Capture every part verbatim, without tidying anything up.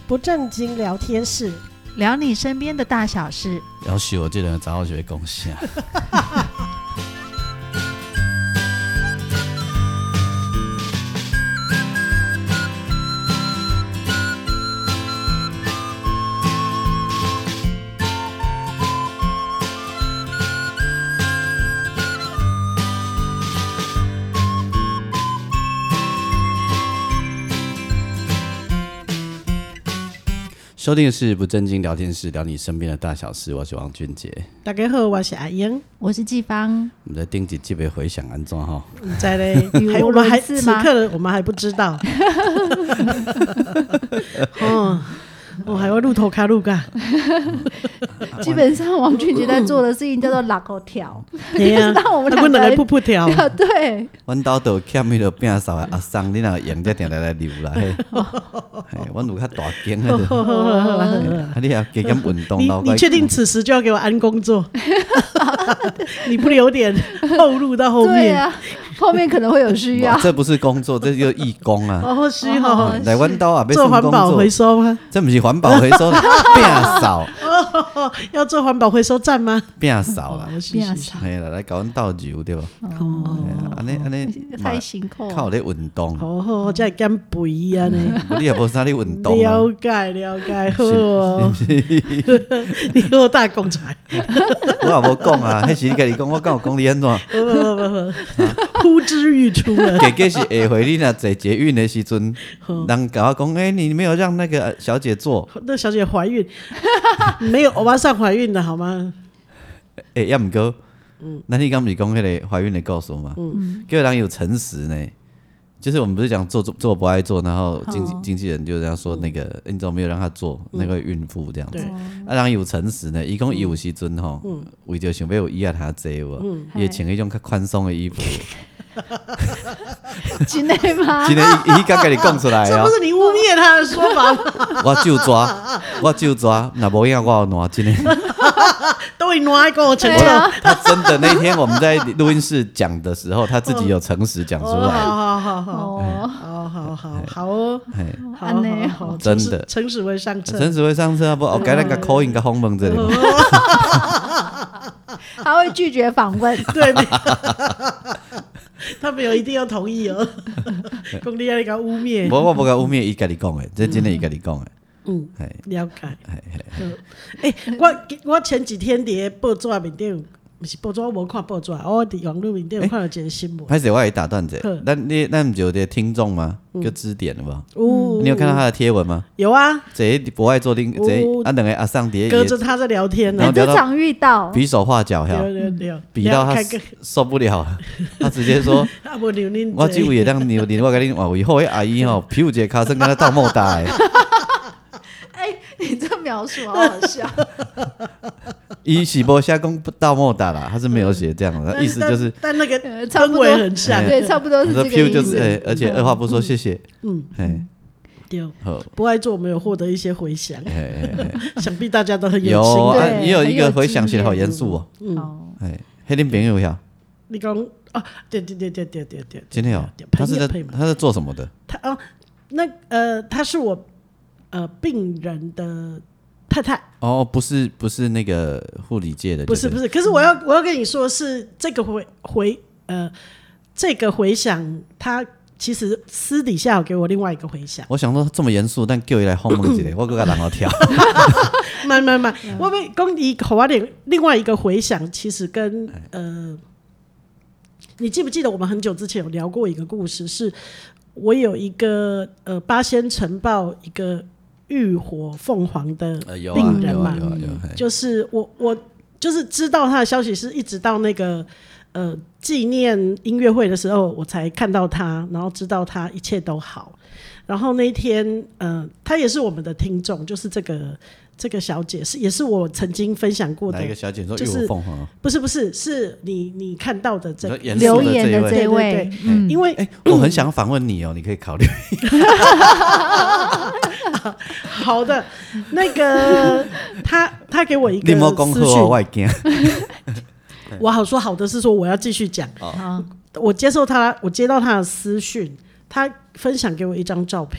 不正经聊天室， 聊你身边的大小事。 要是我这人早就会讲啥。收听的是不正经聊天室，聊你身边的大小事。我是王俊杰。 大家好，我是阿英， 我是季芳。 我们在顶几集的回想安怎哈？ 你在嘞？还我们还此刻我们还不知道。哦，我还会路头卡路嘎。 基本上王俊杰在做的事情叫做拉口条， 对呀， 让我们两个人扑扑跳。 对， 阮兜都欠迄个饼扫的阿桑，你若用才定来来流啦。嘿，阮有较大间的，啊，你也加减运动。 你你确定此时就要给我安工作？你不留点后路到后面？ 对啊，后面可能会有需要。 这不是工作，这就是义工啊。 哦，是哦。 来阮兜啊， 做环保回收吗？ 这不是环保回收，饼扫。 哦，要做环保回收站吗？ 饼扫啦， 饼扫。 嘿啦，来搞阮斗油对吧？ 哦， 安尼安尼太辛苦， 靠咧运动。 好好，才会减肥啊呢。 你也无啥咧运动。 了解了解，好哦。你给我大公才。 我也无讲啊，迄时你家己讲，我敢有讲你安怎？ 呼之欲出了。 结果是下回你若坐捷运的时阵，人甲我讲，哎，你没有让那个小姐坐。 那小姐怀孕，没有欧巴桑怀孕的好吗？ 哎，也毋过，那你刚不是讲迄个怀孕的故事吗？嗯，结果人有诚实呢。就是我们不是讲做做做不爱做，然后经纪、哦、经纪人就这样说，那个、嗯、你怎么没有让他做、嗯、那个孕妇这样子？啊，人有诚实呢，伊讲伊有时阵吼，嗯、为着想要有伊啊他坐有，伊会穿迄种较宽松的衣服。 真的吗？ 真的，伊伊刚跟你讲出来哦。 这不是你污蔑他的说法吗？ 我就抓，我就抓，那无影我有拿真的。 都会拿跟我承认。 他真的那天我们在录音室讲的时候，他自己有诚实讲出来。 好好好好好好好好好哦，好好真的诚实会上车， 诚实会上车不？我改那个口音跟红蒙这里。 他会拒绝访问， 对。他没有一定要同意哦，讲你安尼甲污蔑。 我我无甲污蔑，伊家己讲的，这真的伊家己讲的。 嗯，了解。哎，我我前几天伫报纸面顶，不是报纸，我无看报纸，我伫网络面顶看到一个新闻。 拍摄我也打断者，咱你咱不是有个听众吗？叫支点了吧？哦，你有看到他的贴文吗？ 有啊。 这不爱做另这啊两个阿上碟隔着他在聊天呢， 这常遇到比手画脚， 对对对， 比到他受不了了，他直接说：“我这位当牛牛，我跟你话，以后的阿姨吼，皮肤节卡生跟他倒莫大。” 哎，你这描述好好笑。 伊是无写讲倒莫大啦，他是没有写这样的，意思就是， 但那个氛围很像， 对，差不多是这个意思。 就是，而且二话不说，谢谢。嗯，哎， 对，不爱做，我们有获得一些回响，想必大家都很有心。 有，也有一个回响写的好严肃哦。嗯，哎，黑林朋友呀， 你讲啊，对对对对对对对， 今天有，他是在他是做什么的？ 他哦，那呃，他是我呃病人的太太。 哦，不是不是那个护理界的， 不是不是，可是我要我要跟你说是这个回回呃这个回响，他其实私底下有给我另外一个回响。 我想说这么严肃，但叫伊来哄问一下，我搁甲人好跳。 慢慢慢，我被讲伊给我另另外一个回响，其实跟呃，你记不记得我们很久之前有聊过一个故事？是我有一个呃八仙城堡一个。浴火凤凰的病人嘛，就是我我就是知道他的消息是一直到那个呃纪念音乐会的时候我才看到他，然后知道他一切都好。然后那一天呃他也是我们的听众，就是这个这个小姐是也是我曾经分享过的。 哪一个小姐说浴火凤凰？ 不是不是，是你你看到的这个留言的这位， 对对对，嗯，因为哎、欸，我很想访问你哦，你可以考虑。 好的，那个他他给我一个私讯， 我惊。 我好说好的是说我要继续讲。哦，我接受他，我接到他的私讯，他分享给我一张照片。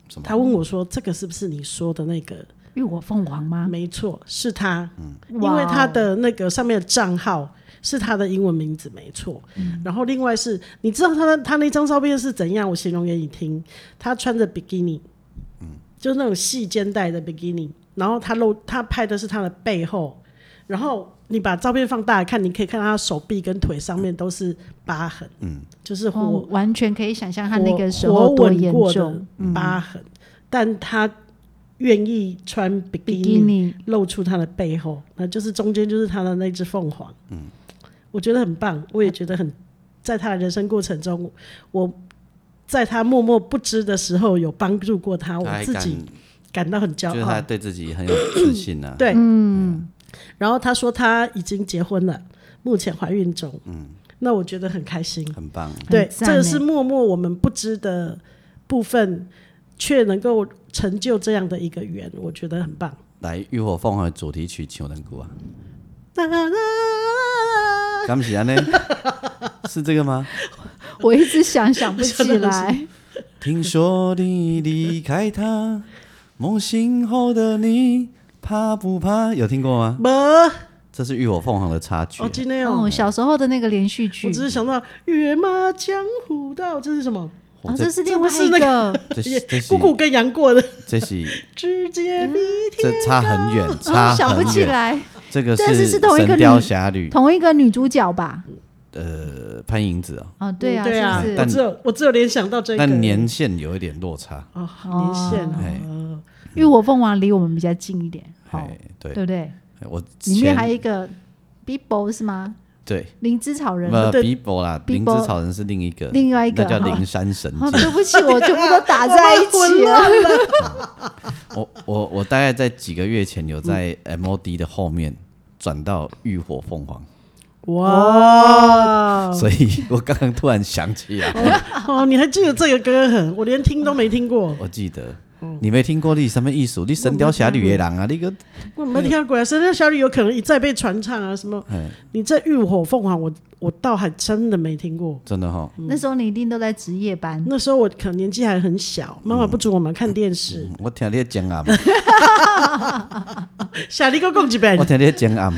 什么？ 他问我说：“这个是不是你说的那个浴火凤凰吗？” 没错，是他， 嗯因为他的那个上面的账号是他的英文名字，没错。 嗯然后另外是，你知道他的他那张照片是怎样？我形容给你听，他穿着比基尼，就是那种细肩带的比基尼，然后他露他拍的是他的背后，然后你把照片放大来看，你可以看到他手臂跟腿上面都是疤痕，嗯，就是火、 哦，完全可以想象他那个时火候多严吻过的重。 疤痕，但他愿意穿比基比基尼尼露出他的背后，那就是中间就是他的那只凤凰，嗯，我觉得很棒，我也觉得很，在他的人生过程中，我在他默默不知的时候有帮助过他，我他还自己敢感到很骄就是他傲。 对自己很有自信啊。 对，嗯，然后他说他已经结婚了，目前怀孕中，嗯，那我觉得很开心， 很棒。 对， 很赞这个是欸默默我们不知的部分，却能够成就这样的一个缘，我觉得很棒。 来，浴火凤凰的主题曲唱两句啊， 啦啦啦敢是安呢？是这个吗？ 我一直想想不起来。 听说你离开他，梦醒后的你怕不怕？有听过吗？ 没， 这是浴火凤凰的插曲哦，。今天哦， 哦，小时候的那个连续剧我只是想到跃马江湖道，这是什么？ 哦， 这这是另外这不是一个这是这是姑姑跟杨过的， 这是直接比这差很远，差哦，想不很远。 起来， 这个但是是 《 同一个神雕女侠侣》 同一个女主角吧？ 呃，潘迎紫哦， 哦，对啊， 嗯对啊， 是不是？ 我只有我只有联想到这个但年限有一点落差。 哦年限哎哦， 浴火凤凰离我们比较近一点，哦， 哎，对， 对不对？ 我里面前还有一个 Bibo 是吗？ 对， 灵芝草人， 呃对比伯啦， Bibo 灵芝草人是另一个， 另外一个哈那叫灵山神哦， 剑。 对不起，我全部都打在一起了。 我我我大概在几个月前有在 M O D 的后面转到浴火凤凰， 哇， 所以我刚刚突然想起来， 哦，你还记得这个歌很，我连听都没听过， 我记得你没听过你什么艺术？你神雕侠侣的人啊，你个我没听过啊。神雕侠侣有可能一再被传唱啊，什么？你这浴火凤凰，我我倒还真的没听过。 真的哈， 那时候你一定都在值夜班， 那时候我可能年纪还很小，妈妈不准我们看电视。 我听你在讲啊， 下你个讲一遍我，听你在讲啊。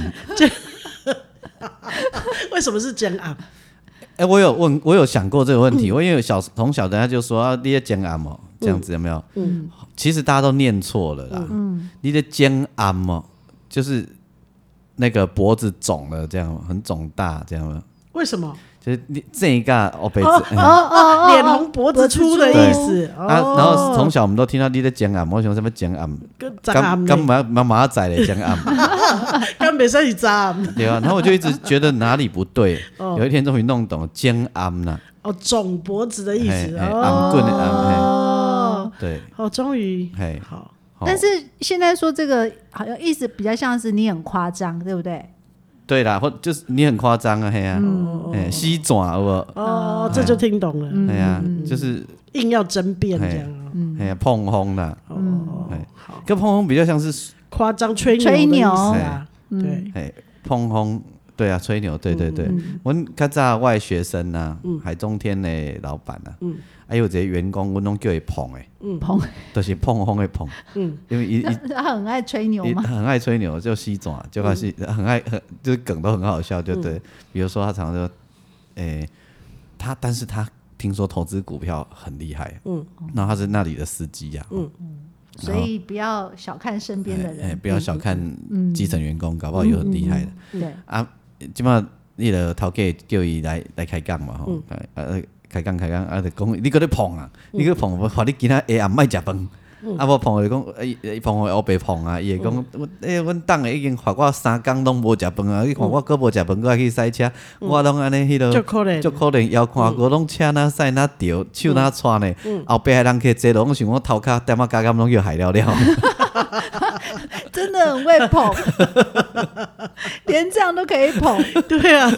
为什么是讲啊？ 哎，我有问，我有想过这个问题。我因为小从小，人家就说啊，你在讲啊嘛，这样子有没有？嗯，其实大家都念错了啦。嗯，你在讲啊嘛，就是那个脖子肿了，这样很肿大，这样吗？ 为什么？ 就是你这一个哦，被子。嗯脸红脖子粗的意思。 啊，然后从小我们都听到你在讲啊，我想什么讲啊， 跟张暗干干嘛妈妈仔嘞讲啊， 干没生是渣对啊，然后我就一直觉得哪里不对，有一天终于弄懂了讲啊啦， 哦，肿脖子的意思嘿嘿哦。 暗棍的暗哦， 对， 好，终于嘿， 好。 好但是现在说这个好像意思比较像是你很夸张，对不对？ 对啦，或就是你很夸张啊，嘿啊，哎，西爪有无？ 哦，这就听懂了， 哎呀，就是硬要争辩这样哦。 哎呀碰轰啦， 哦， 哎，跟碰轰比较像是夸张吹牛吹牛的意思啊，对， 哎碰轰，对啊，吹牛，对对对，阮较早我的学生啊，海中天的老板啊，还有一个员工，阮拢叫伊碰诶， 碰， 就是碰轰的碰，因为伊伊他很爱吹牛嘛。 伊很爱吹牛，就西爪，就开始很爱很就是梗都很好笑，对不对？比如说他常常说，诶，他但是他听说投资股票很厉害，嗯，然后他是那里的司机呀，嗯， 所以不要小看身边的哎， 人。 不要小看基层员工，搞不好有很厉害的对， 啊。即马你个头家叫伊来来开讲嘛吼，啊开讲开讲啊，就讲你搁咧碰啊，你搁碰，我话你今仔下暗莫食饭。啊，无碰就讲，伊碰我黑白碰啊，伊会讲，诶，阮党诶已经罚我三工拢无食饭啊，你看我搁无食饭，搁还去赛车，我拢安尼迄落， 足可怜， 足可怜，腰看过拢车哪赛哪掉，手哪喘呢，后壁诶人去坐拢想我头壳点啊加减拢叫害了了， 真的很会捧，连这样都可以捧。 对啊，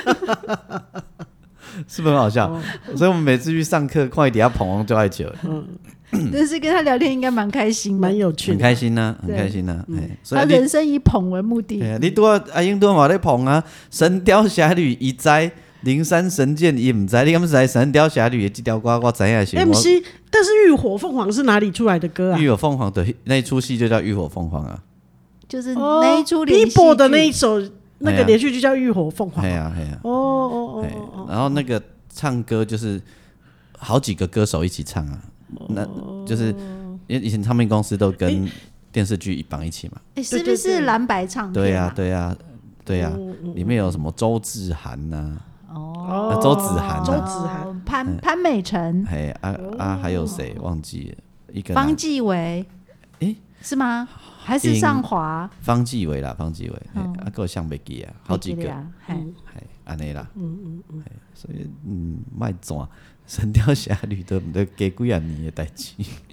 是不是很好笑？所以我们每次去上课，看伊底下捧就爱笑， 但是跟他聊天应该蛮开心的， 蛮有趣的， 很开心呐，很对开心呐，哎，所以他人生以捧为目的。 你，你拄啊阿英拄嘛咧捧啊，《神雕侠侣》一灾。 灵山神剑也唔知，你敢知《神雕侠侣》的这条歌我知影是。 M C， 但是浴火凤凰是哪里出来的歌啊？ 浴火凤凰的那一出戏就叫浴火凤凰啊， 就是那一出连续剧 Bibo 的那一首那个连续剧叫浴火凤凰。 对啊对啊。 哦哦哦哦。 然后那个唱歌就是好几个歌手一起唱啊，那就是因为以前唱片公司都跟电视剧绑一起嘛。 哎，是不是蓝白唱片？ 对呀对呀对呀，里面有什么周志涵呐？哦，周子涵， 周子涵， 潘潘美辰， 哎啊啊，还有谁忘记了？一个方季韦，哎，是吗？还是上华？ 方季韦啦，方季韦，啊，还有向北基啊，好几个， 哎， 安尼啦，嗯嗯嗯，所以嗯，卖转《神雕侠侣》都唔得加几啊年的代志。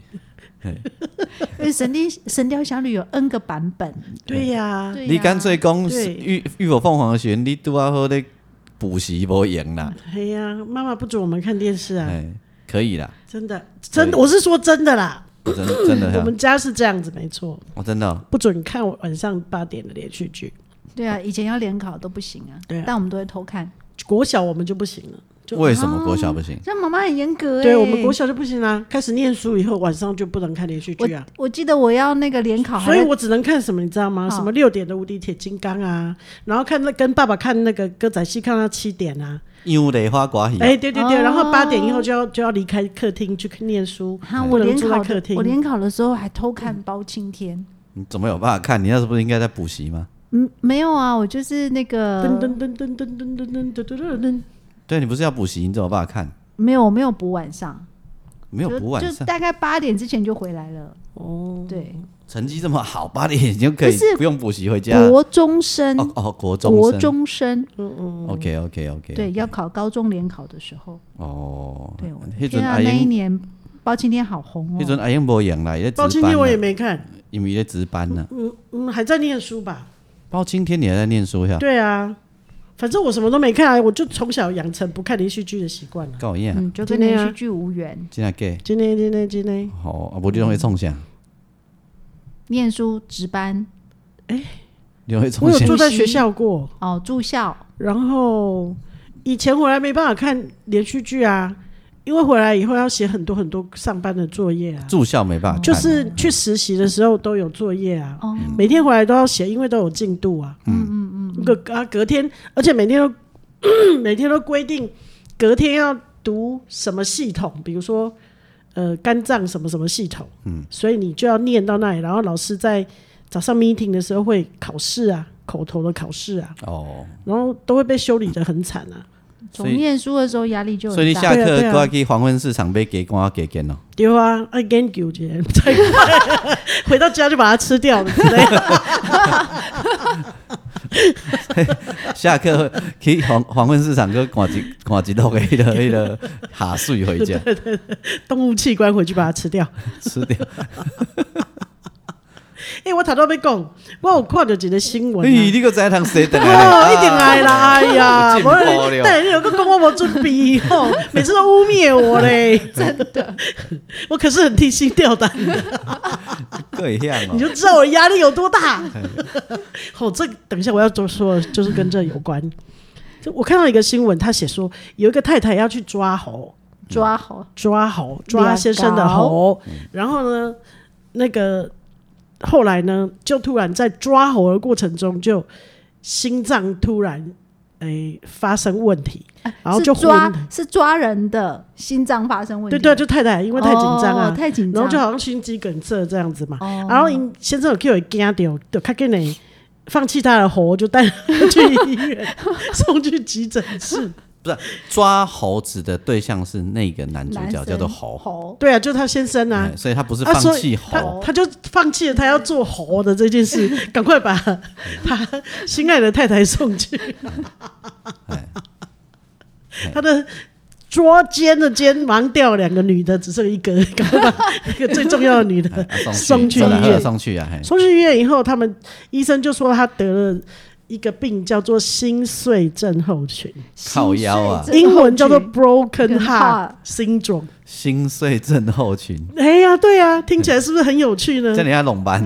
因为神雕神雕侠侣有 N 个版本， 对呀， 你干脆讲浴浴火凤凰的时候，你拄啊好咧补习无用啦。 哎呀，妈妈不准我们看电视啊。 可以啦， 真的真的，我是说真的啦。 真的真的， 我们家是这样子，没错。 哦，真的、哦、 不准看晚上八点的连续剧。 对啊，以前要联考都不行啊。对啊，但我们都会偷看。 国小我们就不行了。 为什么国小不行？ 这样妈妈很严格哎。 对，我们国小就不行啦，开始念书以后晚上就不能看连续剧啊。 我, 我记得我要那个联考， 所以我只能看什么你知道吗？什么六点的无敌铁金刚啊，然后看那跟爸爸看那个歌仔戏看到七点啊。 幽雷花寡喜， 哎，对对对，哦、然后八点以后就要就要离开客厅去念书。 哈，我联考的我联考的时候还偷看包青天。 你怎么有办法看？你那时候不是应该在补习吗？ 嗯，没有啊，我就是那个。噔噔噔噔噔噔噔噔噔噔。对，你不是要补习，你怎么有办法看？ 没有，我没有补晚上。 没有补晚上， 就大概八点之前就回来了。哦，对。 成绩这么好，八点就可以不用补习回家。 国中生哦哦，国中生， 国中生， 嗯嗯 ，OK OK OK， 对，要考高中联考的时候。 哦， 对，那天啊，那一年包青天好红哦。 那阵阿英无赢啦， 包青天我也没看， 因为在值班呢。 嗯嗯，还在念书吧？ 包青天你还在念书呀？ 对啊，反正我什么都没看啊，我就从小养成不看连续剧的习惯了。 搞样， 嗯，就跟连续剧无缘。 真的假？ 真的真的真的。 好，啊，无你拢会创啥？ 念书值班， 哎、欸，我有住在学校过哦，住校。 然后以前回来没办法看连续剧啊，因为回来以后要写很多很多上班的作业啊。 住校没办法看、啊， 就是去实习的时候都有作业啊，哦、每天回来都要写，因为都有进度啊。嗯嗯嗯，隔啊隔天，而且每天都每天都规定隔天要读什么系统，比如说。呃，肝脏什么什么系统，嗯，所以你就要念到那里，然后老师在早上 meeting 的时候会考试啊，口头的考试啊，哦，然后都会被修理得很惨啊。 从念书的时候压力就很大， 所以你下课都要去黄昏市场买鸡肝给煎哦。 对啊，爱研究一下，回到家就把它吃掉了之类的。 下课去黄黄昏市场去看一看一路迄个迄个下水回家， 对对对，动物器官回去把它吃掉， 吃掉。 哎、欸，我头先要讲，我有看到一个新闻、啊。 咦、欸，你个在堂谁等来？ 哦，一定爱啦！哎呀，我等你有个讲我没准备哦，每次都污蔑我嘞， 真的。 我可是很提心吊胆的， 对呀、哦， 你就知道我压力有多大。好、哦，这等一下我要多说，就是跟这有关。就我看到一个新闻，他写说有一个太太要去抓猴， 抓猴， 抓猴，抓先生的猴，然后呢，那个。后来呢，就突然在抓猴的过程中，就心脏突然诶、欸、发生问题，然后就是抓是抓人的心脏发生问题。 对对，就太太因为太紧张啊、 哦，太紧张， 然后就好像心肌梗塞这样子嘛。哦、然后先生有叫他惊到，就赶紧呢放弃他的猴，就带他去医院，送去急诊室。 不是抓猴子的对象是那个男主角，叫做猴。 猴对啊，就是他先生啊， 所以他不是放弃猴、 啊他，他就放弃了他要做猴的这件事，赶快把他心爱的太太送去。他的捉奸的奸忙掉两个女的，只剩一个，赶快把一个最重要的女的送去医院。 送去啊， 送去医院以后，他们医生就说他得了。一个病叫做心碎症候群， 靠腰啊， 英文叫做 broken heart syndrome， 心碎症候群。 哎呀，对呀、啊，听起来是不是很有趣呢？ 这你要弄班，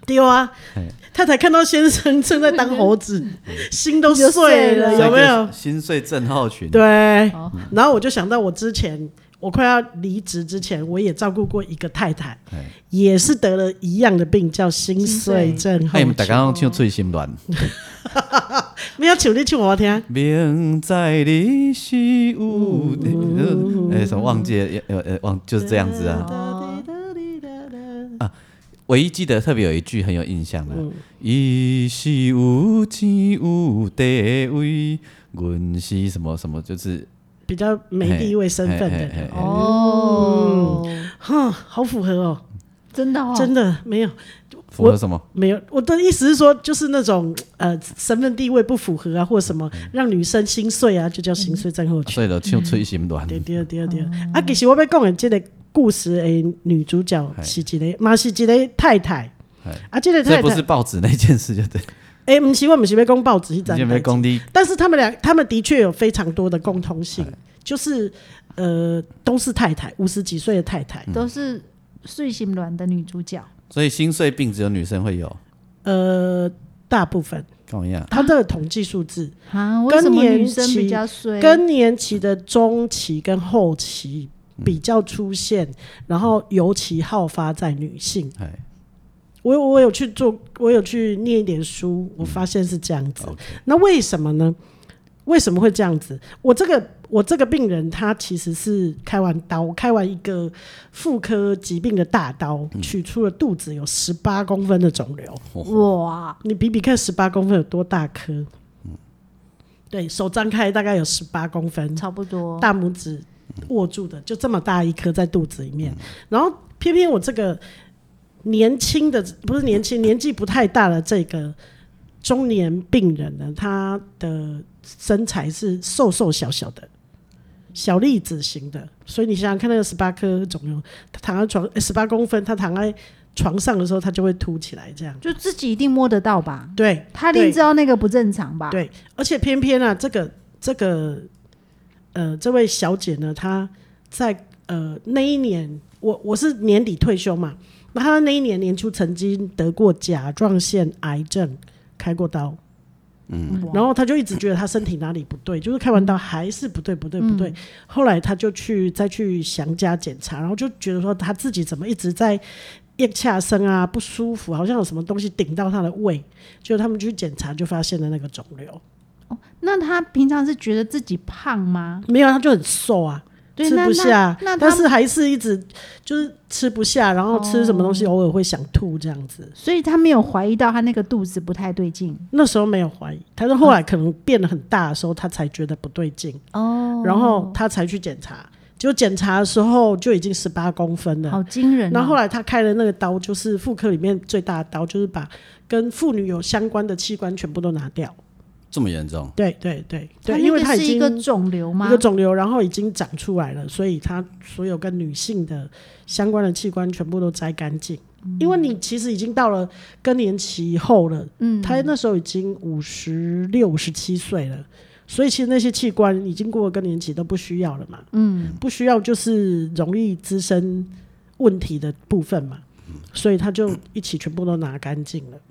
对啊，太太看到先生正在当猴子，心都碎了，有没有？ 心碎症候群。 对，然后我就想到我之前。我快要离职之前，我也照顾过一个太太，也是得了一样的病，叫心碎症候群。 哎，大家都唱脆心软， 没有唱你唱我听。 明知你是有，哎，什么忘记了？呃呃，忘就是这样子啊。啊，唯一记得特别有一句很有印象的，伊是有钱有地位，阮是什么什么，就是。 比较没地位身份的人哦， 哈、嗯，好符合哦， 真的哦， 真的没有符合什么？ 没有，我的意思是说，就是那种呃身份地位不符合啊，或者什么让女生心碎啊，就叫心碎症候群。 所以就唱脆心软。 对对对对，啊，其实我要讲的这个故事的女主角是一个，嘛是一个太太，啊，这个太太这不是报纸那件事，就对。 哎、欸，不是，我不是要讲报纸那件， 但是他们俩，他们的确有非常多的共通性，就是呃，都是太太，五十几岁的太太， 嗯、都是碎心软的女主角。 所以心碎病只有女生会有？ 呃，大部分跟我一样。 它的统计数字啊，为什么女生比较衰？ 更年期的中期跟后期比较出现，嗯、然后尤其好发在女性。我我有去做，我有去念一点书，我发现是这样子。嗯 okay. 那为什么呢？为什么会这样子？我这个我这个病人，他其实是开完刀，开完一个妇科疾病的大刀，嗯、取出了肚子有十八公分的肿瘤。哇！你比比看，十八公分有多大颗？嗯、对手张开大概有十八公分， 差不多。大拇指握住的就这么大一颗在肚子里面，嗯、然后偏偏我这个。年轻的不是年轻，年纪不太大的这个中年病人呢，他的身材是瘦瘦小小的，小粒子型的，所以你想想看，那个十八颗肿瘤，他躺在床十八公分，他躺在床上的时候，他就会凸起来，这样就自己一定摸得到吧？ 对， 他一定知道那个不正常吧？ 对，而且偏偏啊，这个这个呃，这位小姐呢，她在呃那一年，我我是年底退休嘛。那他那一年年初曾经得过甲状腺癌症，开过刀，嗯，然后他就一直觉得他身体哪里不对，就是开完刀还是不对不对不对，嗯、后来他就去再去详加检查，然后就觉得说他自己怎么一直在腋下生啊不舒服，好像有什么东西顶到他的胃，就他们去检查就发现了那个肿瘤。 哦，那他平常是觉得自己胖吗？ 没有，他就很瘦啊。吃不下，但是还是一直就是吃不下，然后吃什么东西偶尔会想吐这样子， 所以他没有怀疑到他那个肚子不太对劲。 那时候没有怀疑，他是后来可能变得很大的时候，他才觉得不对劲哦，然后他才去检查，结果检查的时候就已经十八公分了， 好惊人、哦。 然后后来他开的那个刀就是妇科里面最大的刀，就是把跟妇女有相关的器官全部都拿掉。 这么严重？ 对对对对，因为它已经是一个肿瘤吗？ 一个肿瘤，然后已经长出来了，所以它所有跟女性的相关的器官全部都摘干净。嗯、因为你其实已经到了更年期后了，嗯，他那时候已经五十六、五十七岁了，所以其实那些器官已经过了更年期都不需要了嘛，嗯，不需要就是容易滋生问题的部分嘛，所以他就一起全部都拿干净了。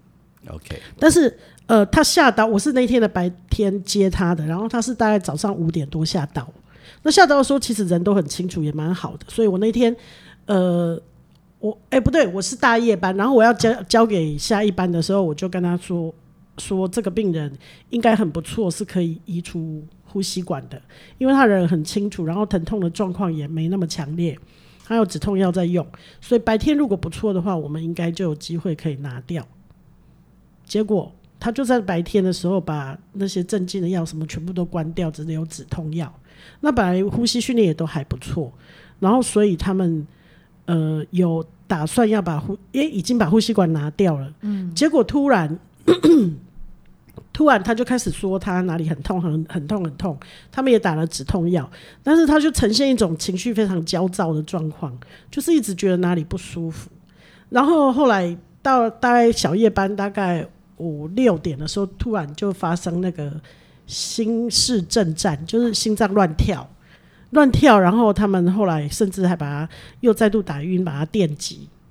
OK， 但是呃，他下刀，我是那天的白天接他的，然后他是大概早上五点多下刀。那下刀的时候，其实人都很清楚，也蛮好的，所以我那天呃，我哎、欸、不对，我是大夜班，然后我要交交给下一班的时候，我就跟他说说这个病人应该很不错，是可以移除呼吸管的，因为他人很清楚，然后疼痛的状况也没那么强烈，还有止痛药在用，所以白天如果不错的话，我们应该就有机会可以拿掉。结果他就在白天的时候把那些镇静的药什么全部都关掉，只有止痛药。那本来呼吸训练也都还不错，然后所以他们呃有打算要把呼，因为已经把呼吸管拿掉了，嗯，结果突然咳咳突然他就开始说他哪里很痛很很痛很痛，他们也打了止痛药，但是他就呈现一种情绪非常焦躁的状况，就是一直觉得哪里不舒服。然后后来到大概小夜班大概五六点的时候，突然就发生那个心室震颤，就是心脏乱跳乱跳，然后他们后来甚至还把他又再度打晕，把他电击，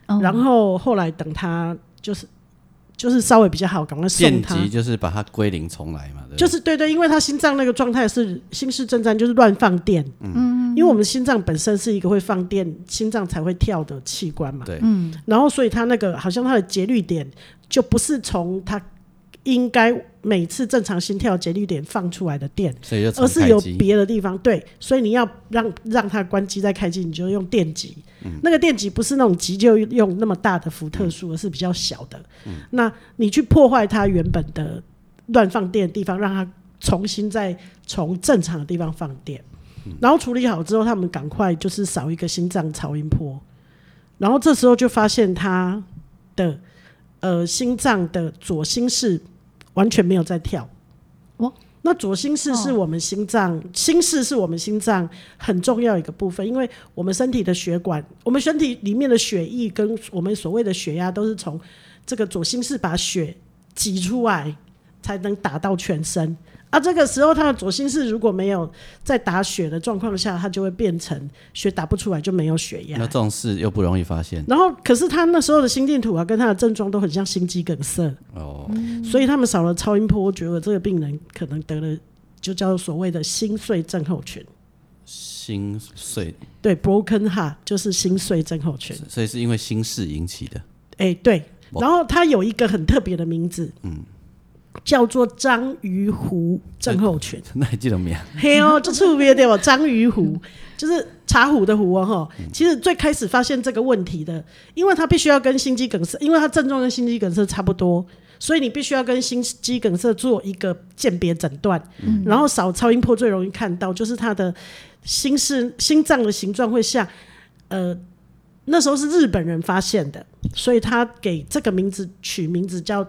哦然后后来等他就是就是稍微比较好，赶快送他。 电击就是把它归零重来嘛，对不对？ 就是对对，因为他心脏那个状态是心室震颤，就是乱放电。嗯，因为我们心脏本身是一个会放电，心脏才会跳的器官嘛。 对， 嗯，然后所以他那个好像他的节律点就不是从他应该每次正常心跳节律点放出来的电， 所以就重而是有开机别的地方。对，所以你要让让它关机再开机，你就用电极。嗯、那个电极不是那种急救用那么大的伏特数，而是比较小的。嗯、那你去破坏它原本的乱放电的地方，让它重新再从正常的地方放电。嗯、然后处理好之后，他们赶快就是扫一个心脏超音波，然后这时候就发现他的呃心脏的左心室完全没有在跳。 哦， 那左心室是我们心脏，哦、心室是我们心脏很重要一个部分，因为我们身体的血管，我们身体里面的血液跟我们所谓的血压都是从这个左心室把血挤出来，才能打到全身。啊，这个时候他的左心室如果没有在打血的状况下，它就会变成血打不出来，就没有血压。 那这种事又不容易发现。 然后，可是他那时候的心电图啊，跟他的症状都很像心肌梗塞。 哦， 所以他们扫了超音波，觉得这个病人可能得了，就叫做所谓的心碎症候群。 心碎， 对 ，broken heart 就是心碎症候群。 所以是因为心事引起的。 哎、欸，对。然后他有一个很特别的名字，嗯。叫做章鱼湖症候群， 那还记得没有？ 嘿哦，这特别对吧？章鱼湖就是茶壶的壶哦。嗯、其实最开始发现这个问题的，因为他必须要跟心肌梗塞，因为他症状跟心肌梗塞差不多，所以你必须要跟心肌梗塞做一个鉴别诊断。嗯、然后扫超音波最容易看到，就是他的心室心脏的形状会像呃。那时候是日本人发现的，所以他给这个名字取名字叫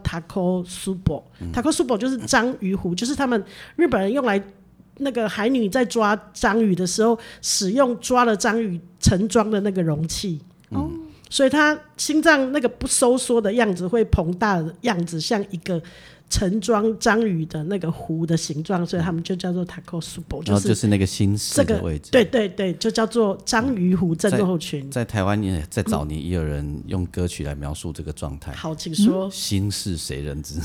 Takosubo。Takosubo 就是章鱼湖，就是他们日本人用来那个海女在抓章鱼的时候使用抓了章鱼盛装的那个容器。嗯、所以他心脏那个不收缩的样子会膨大的样子，像一个盛装章鱼的那个壶的形状，所以他们就叫做 Takosubo， 然后就是那个心室的位置、 这个、对对对，就叫做章鱼湖症候群。 在, 在台湾也在早年也有人用歌曲来描述这个状态。 好，请说。 心事谁人知？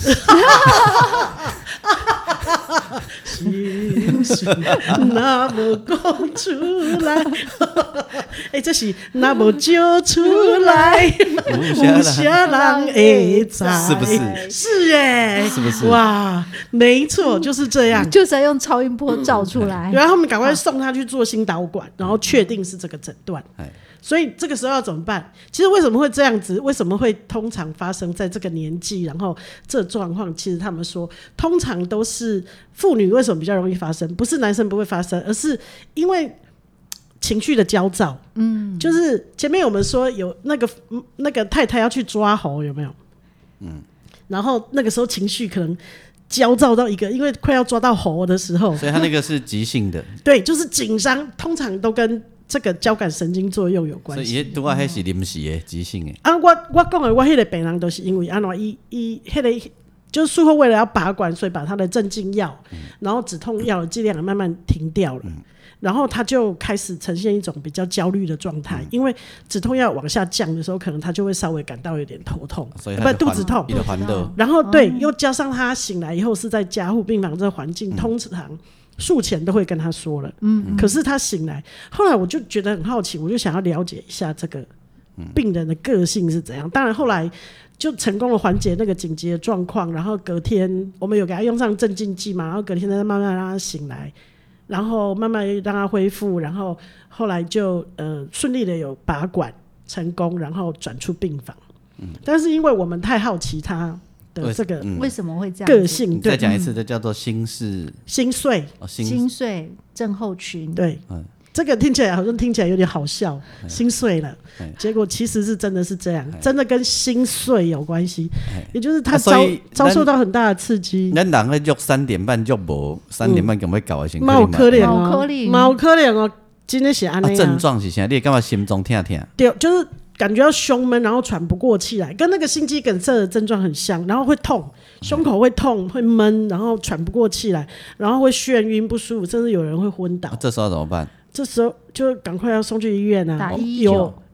心事那么讲出来，哎、欸，这是那么叫出来，有啥人会知？ 是不是？ 是哎、欸， 是不是？ 哇，没错，就是这样， 就是要用超音波照出来。 然后他们赶快送他去做心导管，然后确定是这个诊断。所以这个时候要怎么办？其实为什么会这样子？为什么会通常发生在这个年纪？然后这状况，其实他们说，通常都是妇女为什么比较容易发生？不是男生不会发生，而是因为情绪的焦躁。嗯，就是前面我们说有那个那个太太要去抓猴，有没有？嗯，然后那个时候情绪可能焦躁到一个，因为快要抓到猴的时候， 所以他那个是急性的。 对，就是紧张，通常都跟这个交感神经作用有关系， 所以拄啊，迄是临时的、急性的。 啊，我我讲的，我迄个病人都是因为安怎伊伊迄个就是术后为了要拔管，所以把他的镇静药，嗯、然后止痛药的剂量慢慢停掉了，嗯、然后他就开始呈现一种比较焦虑的状态，嗯、因为止痛药往下降的时候，可能他就会稍微感到有点头痛， 所以不肚子痛，然后对，哦、又加上他醒来以后是在加护病房这个环境，嗯、通常。术前都会跟他说了，嗯，可是他醒来，后来我就觉得很好奇，我就想要了解一下这个病人的个性是怎样。当然后来就成功的缓解那个紧急的状况，然后隔天我们有给他用上镇静剂嘛，然后隔天再慢慢让他醒来，然后慢慢让他恢复，然后后来就呃顺利的有拔管成功，然后转出病房。嗯，但是因为我们太好奇他的这个为什么会这样个性， 再讲一次，这叫做心事心碎、 哦、心, 心碎症候群。 对、嗯，这个听起来好像听起来有点好笑，嗯、心碎了、嗯，结果其实是真的是这样，嗯、真的跟心碎有关系，嗯、也就是他遭、啊、遭受到很大的刺激。 咱人咧约三点半约无，三点半敢要搞的先， 蛮有可怜哦， 蛮有可怜哦，真的是安尼啊。 症状是啥？你干嘛心中痛痛？ 对，就是。感觉到胸闷，然后喘不过气来，跟那个心肌梗塞的症状很像，然后会痛，胸口会痛，会闷，然后喘不过气来，然后会眩晕不舒服，甚至有人会昏倒。 啊、这时候怎么办？ 这时候就赶快要送去医院啊！ 打一一九有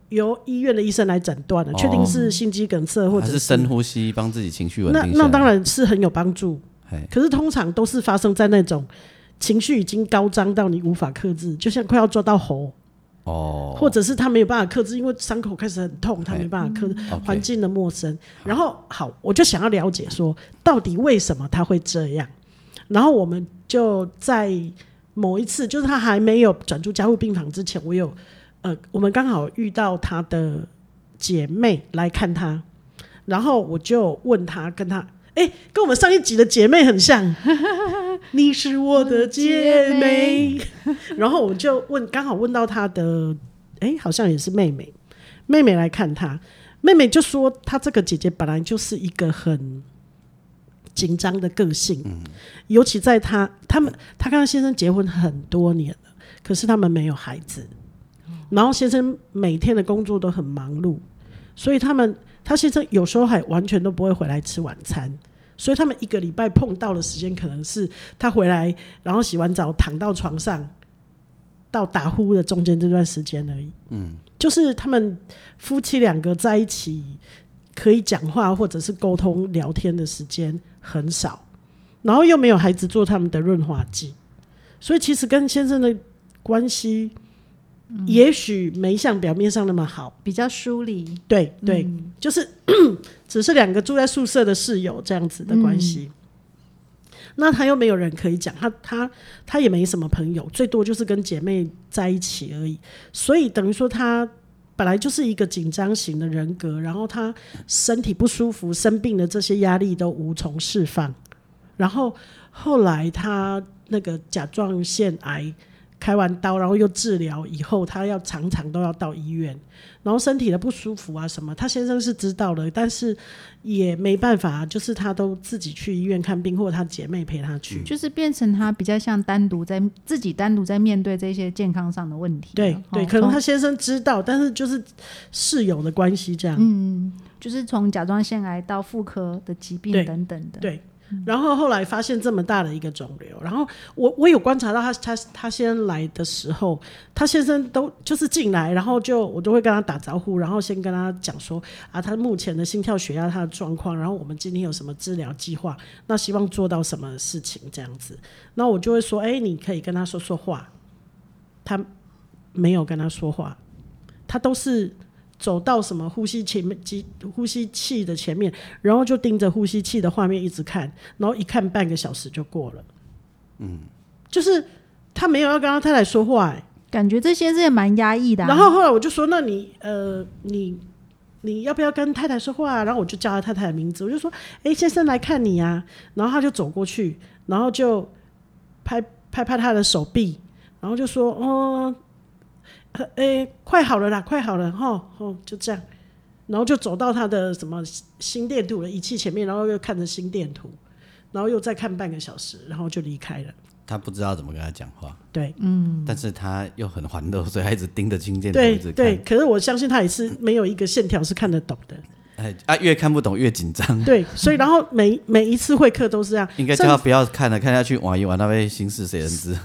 由医院的医生来诊断的，确、哦、定是心肌梗塞或者是, 是深呼吸，帮自己情绪稳定下来。 那那当然是很有帮助，可是通常都是发生在那种情绪已经高涨到你无法克制，就像快要抓到喉。哦，或者是他没有办法克制，因为伤口开始很痛，他没办法克制，环、嗯、境的陌生。然后好，我就想要了解说，到底为什么他会这样？然后我们就在某一次，就是他还没有转住加护病房之前，我有呃，我们刚好遇到他的姐妹来看他，然后我就问他，跟他，哎、欸，跟我们上一集的姐妹很像。你是我的姐妹，然后我就问，刚好问到她的，哎、欸，好像也是妹妹，妹妹来看她，妹妹就说，她这个姐姐本来就是一个很紧张的个性，嗯、尤其在她他们，她跟她先生结婚很多年了，可是他们没有孩子，然后先生每天的工作都很忙碌，所以他们，她先生有时候还完全都不会回来吃晚餐。所以他们一个礼拜碰到的时间可能是他回来，然后洗完澡躺到床上，到打呼的中间这段时间而已。嗯，就是他们夫妻两个在一起可以讲话或者是沟通聊天的时间很少，然后又没有孩子做他们的润滑剂，所以其实跟先生的关系。嗯、也许没像表面上那么好， 比较疏离。 对对、嗯，就是只是两个住在宿舍的室友这样子的关系、嗯。那他又没有人可以讲，他他他也没什么朋友，最多就是跟姐妹在一起而已。所以等于说他本来就是一个紧张型的人格，然后他身体不舒服、生病的这些压力都无从释放。然后后来他那个甲状腺癌。开完刀然后又治疗以后，他要常常都要到医院，然后身体的不舒服啊什么他先生是知道的，但是也没办法，就是他都自己去医院看病，或者他姐妹陪他去、 嗯、就是变成他比较像单独在自己单独在面对这些健康上的问题。 对对、哦、可能他先生知道，但是就是室友的关系这样。 嗯，就是从甲状腺癌到妇科的疾病等等的。 对，然后后来发现这么大的一个肿瘤，然后我我有观察到他他他先来的时候，他先生都就是进来，然后就我都会跟他打招呼，然后先跟他讲说啊，他目前的心跳血压他的状况，然后我们今天有什么治疗计划，那希望做到什么事情这样子，那我就会说，哎、欸，你可以跟他说说话，他没有跟他说话，他都是。走到什么呼吸前面呼吸器的前面，然后就盯着呼吸器的画面一直看，然后一看半个小时就过了。嗯，就是他没有要跟他太太说话、欸， 感觉这些是也蛮压抑的、啊。 然后后来我就说，那你呃，你你要不要跟太太说话、啊？然后我就叫他太太的名字，我就说，哎、欸，先生来看你啊。然后他就走过去，然后就拍拍拍他的手臂，然后就说，哦。呃，欸，快好了啦，快好了齁齁，就这样，然后就走到他的什么心电图的仪器前面，然后又看着心电图，然后又再看半个小时，然后就离开了。 他不知道怎么跟他讲话， 对， 嗯，但是他又很欢乐，所以他一直盯着心电图一直看。 对对，可是我相信他也是没有一个线条是看得懂的。 哎啊，越看不懂越紧张。 对，所以然后每每一次会客都是这样。 应该叫他不要看了，看下去玩一玩，那位心事谁人知？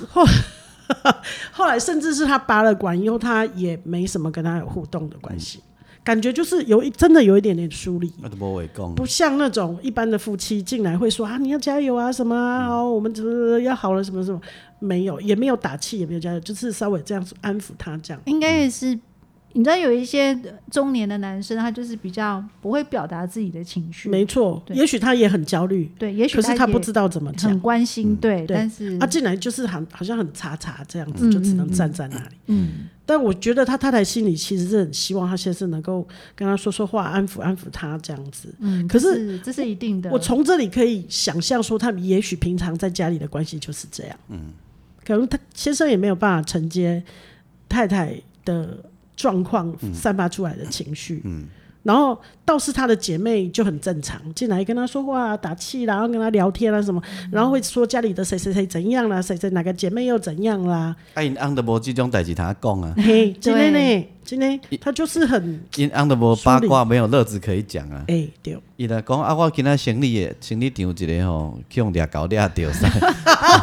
后来甚至是他拔了管以后，他也没什么跟他有互动的关系、嗯，感觉就是有真的有一点点疏离，不像那种一般的夫妻进来会说啊你要加油啊什么啊，好、嗯、我们要好了什么什么，没有，也没有打气，也没有加油，就是稍微这样安抚他这样。 应该也是。你知道有一些中年的男生，他就是比较不会表达自己的情绪。 没错，也许他也很焦虑， 对，也许可是他不知道怎么讲， 很关心，嗯、对, 对，但是他进来就是好好像很查查这样子、嗯，就只能站在那里。嗯，但我觉得他太太心里其实是很希望他先生能够跟他说说话，安抚安抚他这样子。嗯，可是这是一定的。 我从这里可以想象说，他们也许平常在家里的关系就是这样。嗯，可能他先生也没有办法承接太太的状况散发出来的情绪、嗯嗯，然后倒是他的姐妹就很正常，进来跟他说话、啊、打气啦，然后跟他聊天啊什么、嗯，然后会说家里的谁谁谁怎样啦，谁谁哪个姐妹又怎样啦。 啊，因翁都无这种代志他讲啊。 嘿，真的呢，真的，他就是很因翁都无八卦，没有乐子可以讲啊。 哎、欸，对。 伊来讲啊，我今仔行李的行李场有一个吼，去用掠狗掠掉晒。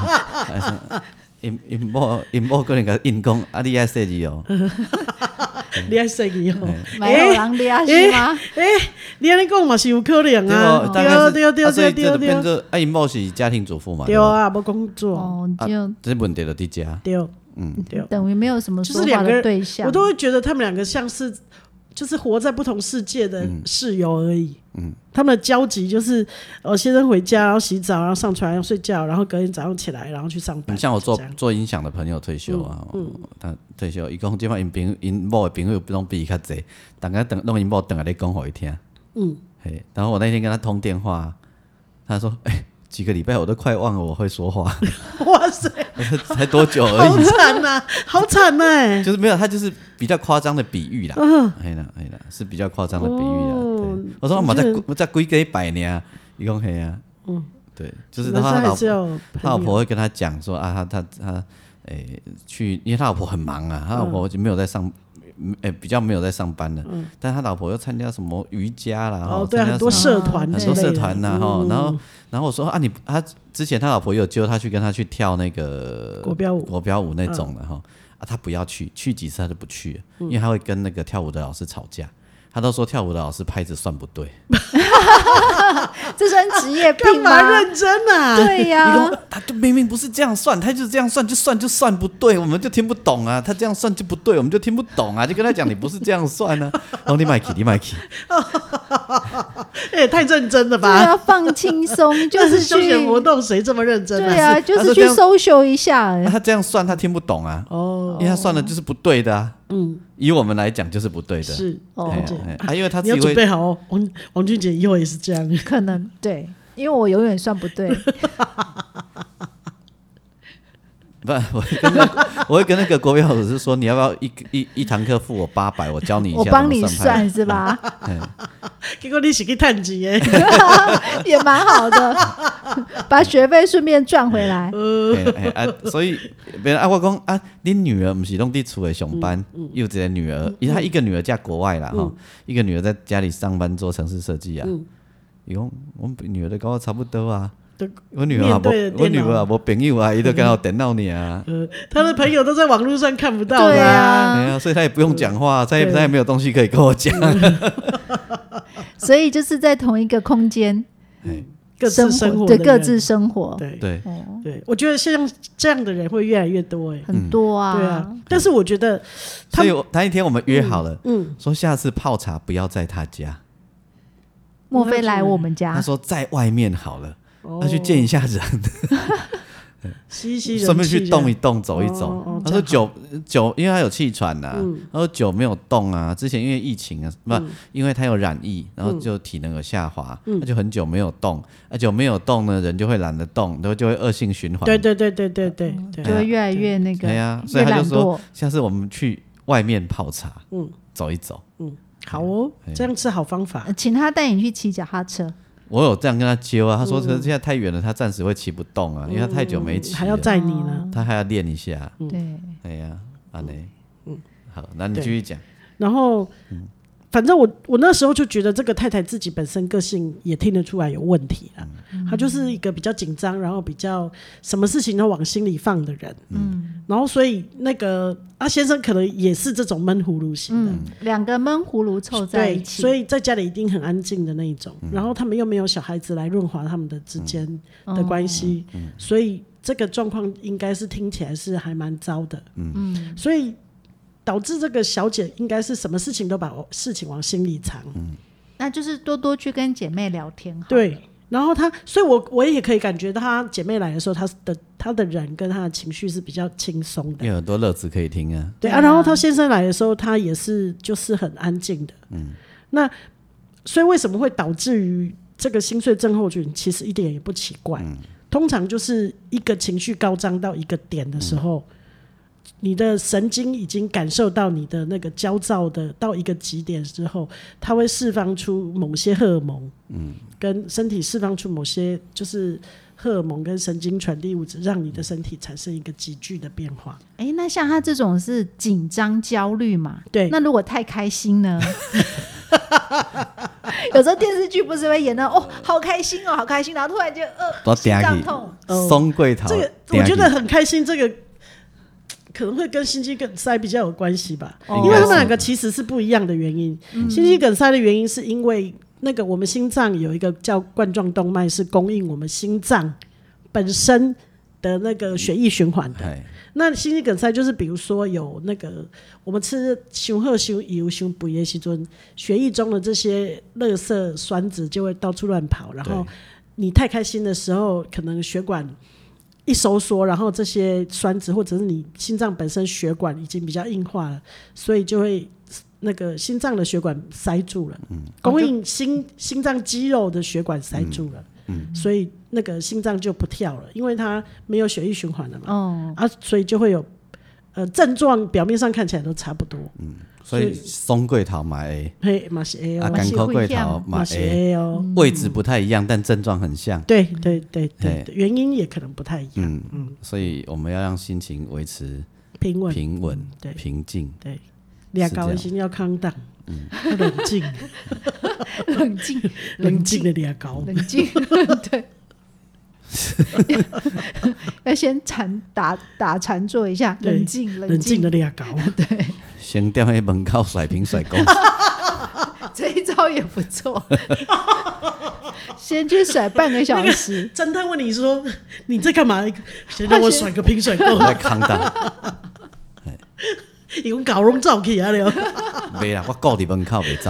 因因某因某可能甲因讲啊，你爱说字哦。 你爱生意哦， 没有人抓是吗？ 哎，你安尼讲嘛是有可能啊，对对对对对变做啊，因某是家庭主妇嘛， 对啊，无工作， 哦，就这问题就伫家， 对， 嗯， 对， 等于没有什么说话就是两个的对象， 我都会觉得他们两个像是就是活在不同世界的室友而已。嗯，他们的交集就是呃，先生回家，然后洗澡，然后上床，然后睡觉，然后隔天早上起来，然后去上班。 像我做做音响的朋友退休啊，嗯嗯、他退休，伊讲即摆因朋因某的朋友拢比伊较济，大家等弄因某等下咧讲互伊听。嗯，嘿，然后我那天跟他通电话，他说：“哎、欸，几个礼拜我都快忘了我会说话。” 哇塞， 才多久而已？ 好惨呐、啊，好惨呐、欸！ 就是没有，他就是比较夸张的比喻啦。嗯，嘿啦嘿啦，是比较夸张的比喻啦。哦、我说我在我在几个百年啊，伊讲嘿啊，嗯，对，就是他他老婆，他老婆会跟他讲说啊，他他他，诶、欸，去，因为他老婆很忙啊，他老婆就没有在上。欸、比较没有在上班了，嗯、但他老婆又参加什么瑜伽啦， 哦，对、啊，很多社团， 很多社团呐，哈、嗯，然后，然后我说啊，你他之前他老婆有揪他去跟他去跳那个国标舞， 国标舞那种的哈，嗯、啊，他不要去，去几次他就不去了，嗯、因为他会跟那个跳舞的老师吵架。他都说跳舞的老师拍子算不对， 这算职业病吗？ 干嘛认真啊？ 对呀、啊， 他就明明不是这样算，他就是这样算，就算就算不对，我们就听不懂啊。他这样算就不对，我们就听不懂啊。就跟他讲，你不是这样算啊。哦，你买起，你买起。 哎、欸，太认真了吧？ 对啊，放轻松，就是休闲活动，谁这么认真啊？ 对啊，就是去 social 一下、欸。 他这样算，他听不懂啊。哦，因为他算的就是不对的啊。嗯，以我们来讲就是不对的。 是哦， 啊，因为他自己会你要准备好哦。王王俊杰以后也是这样， 可能对，因为我永远算不对。 不，我会跟那我会跟那个国标老师说，你要不要一一一堂课付我八百，我教你一下， 我帮你算是吧？ 结果你是去探钱耶， 也蛮好的，把学费顺便赚回来。 欸欸啊、所以别人啊，我讲啊，你女儿不是拢在厝里上班，嗯嗯、有一个女儿，因为她一个女儿嫁国外啦，哈、嗯，一个女儿在家里上班做城市设计啊。伊讲、嗯，我女儿都跟我差不多啊。我女儿也我女儿也没朋友啊，伊都跟我电脑尔啊。 呃，他的朋友都在网絡上看不到的、啊。 对啊， 对啊，所以他也不用讲話，他也他也沒有東西可以跟我講。 所以就是在同一個空間， 各自生活， 對，各自生活， 對對對。我覺得像這樣的人會越來越多，哎， 很多啊。 對啊，但是我覺得， 所以那一天我們約好了，嗯，說下次泡茶不要在他家， 莫非來我們家？ 他說在外面好了。他去見一下人， 吸吸人， 順便去動一動，走一走。 哦哦、 他說酒酒，因為他有氣喘呐、啊，嗯、他說酒沒有動啊。之前因為疫情啊，不、嗯，因為他有染疫，然後就體能有下滑，他、嗯、就很久沒有動，而且沒有動呢，人就會懶得動，然後就會惡性循環。 對對對對對對， 對就會越來越那個。 對啊，所以他就說，下次我們去外面泡茶，嗯，走一走， 嗯，好哦，這樣是好方法。 請他帶你去騎腳踏車。 我有這樣跟他揪啊，他說可是現在太遠了，他暫時會騎不動啊，因為他太久沒騎了， 還要載你呢， 他還要練一下。 嗯、對， 哎呀，安內，嗯，好，那你繼續講。 然後，嗯、反正我我那時候就覺得這個太太自己本身個性也聽得出來有問題啊，嗯、她就是一個比較緊張，然後比較什麼事情都往心裡放的人，嗯，然後所以那個阿先生可能也是這種悶葫蘆型的， 嗯、兩個悶葫蘆湊在一起， 所以在家裡一定很安靜的那一種，嗯、然後他們又沒有小孩子來潤滑他們的之間的關係，嗯、所以這個狀況應該是聽起來是還蠻糟的，嗯，所以導致這個小姐應該是什麼事情都把事情往心裡藏，嗯， 那就是多多去跟姐妹聊天， 對。然後他，所以我我也可以感覺到，他姐妹來的時候，他的他的人跟他的情緒是比較輕鬆的， 有很多樂子可以聽啊。 對啊，然後他先生來的時候，他也是就是很安靜的。嗯，那所以為什麼會導致於這個心碎症候群？其實一點也不奇怪。嗯、通常就是一個情緒高漲到一個點的時候。嗯，你的神經已經感受到你的那個焦躁的到一個極點之後，它會釋放出某些荷爾蒙，嗯，跟身體釋放出某些就是荷爾蒙跟神經傳遞物質，讓你的身體產生一個急劇的變化。 哎，那像他這種是緊張焦慮嘛？ 對。 那如果太開心呢？有時候電視劇不是會演到哦，好開心哦，好開心，然後突然就呃心臟痛， 鬆過頭。 這個我覺得很開心，這個。 可能会跟心肌梗塞比较有关系吧， 哦因为他们两个其实是不一样的原因。嗯、心肌梗塞的原因是因为那个我们心脏有一个叫冠状动脉，是供应我们心脏本身的那个血液循环的。嗯、那心肌梗塞就是比如说有那个我们吃太好太油太肥的时候，血液中的这些垃圾酸质就会到处乱跑，然后你太开心的时候，可能血管一收缩，然后这些酸质或者是你心脏本身血管已经比较硬化了，所以就会那个心脏的血管塞住了，嗯、供应心心脏肌肉的血管塞住了，嗯、所以那个心脏就不跳了，因为它没有血液循环了嘛，哦、啊，所以就会有呃症状，表面上看起来都差不多， 嗯，所以松桂桃嘛 A， 嘿嘛是 A 哦， 啊甘口桂桃嘛 A 哦，位置不太一样，但症状很像， 对对对 对, 对，原因也可能不太一样， 嗯嗯，所以我们要让心情维持平稳、 平稳、 对平静， 对。俩高的心要康荡，嗯，要冷静， 冷静， 冷静的俩高， 冷静，对，要先禅打打禅坐一下，冷静， 冷静的俩高， 对， 先踮喺门口甩瓶甩公， 这一招也不错，先去甩半个小时。 侦探问你说：“你在干嘛？”先让我甩个瓶甩公， 来康荡。 伊讲狗拢走去啊了， 没啦，我顾伫门口没走。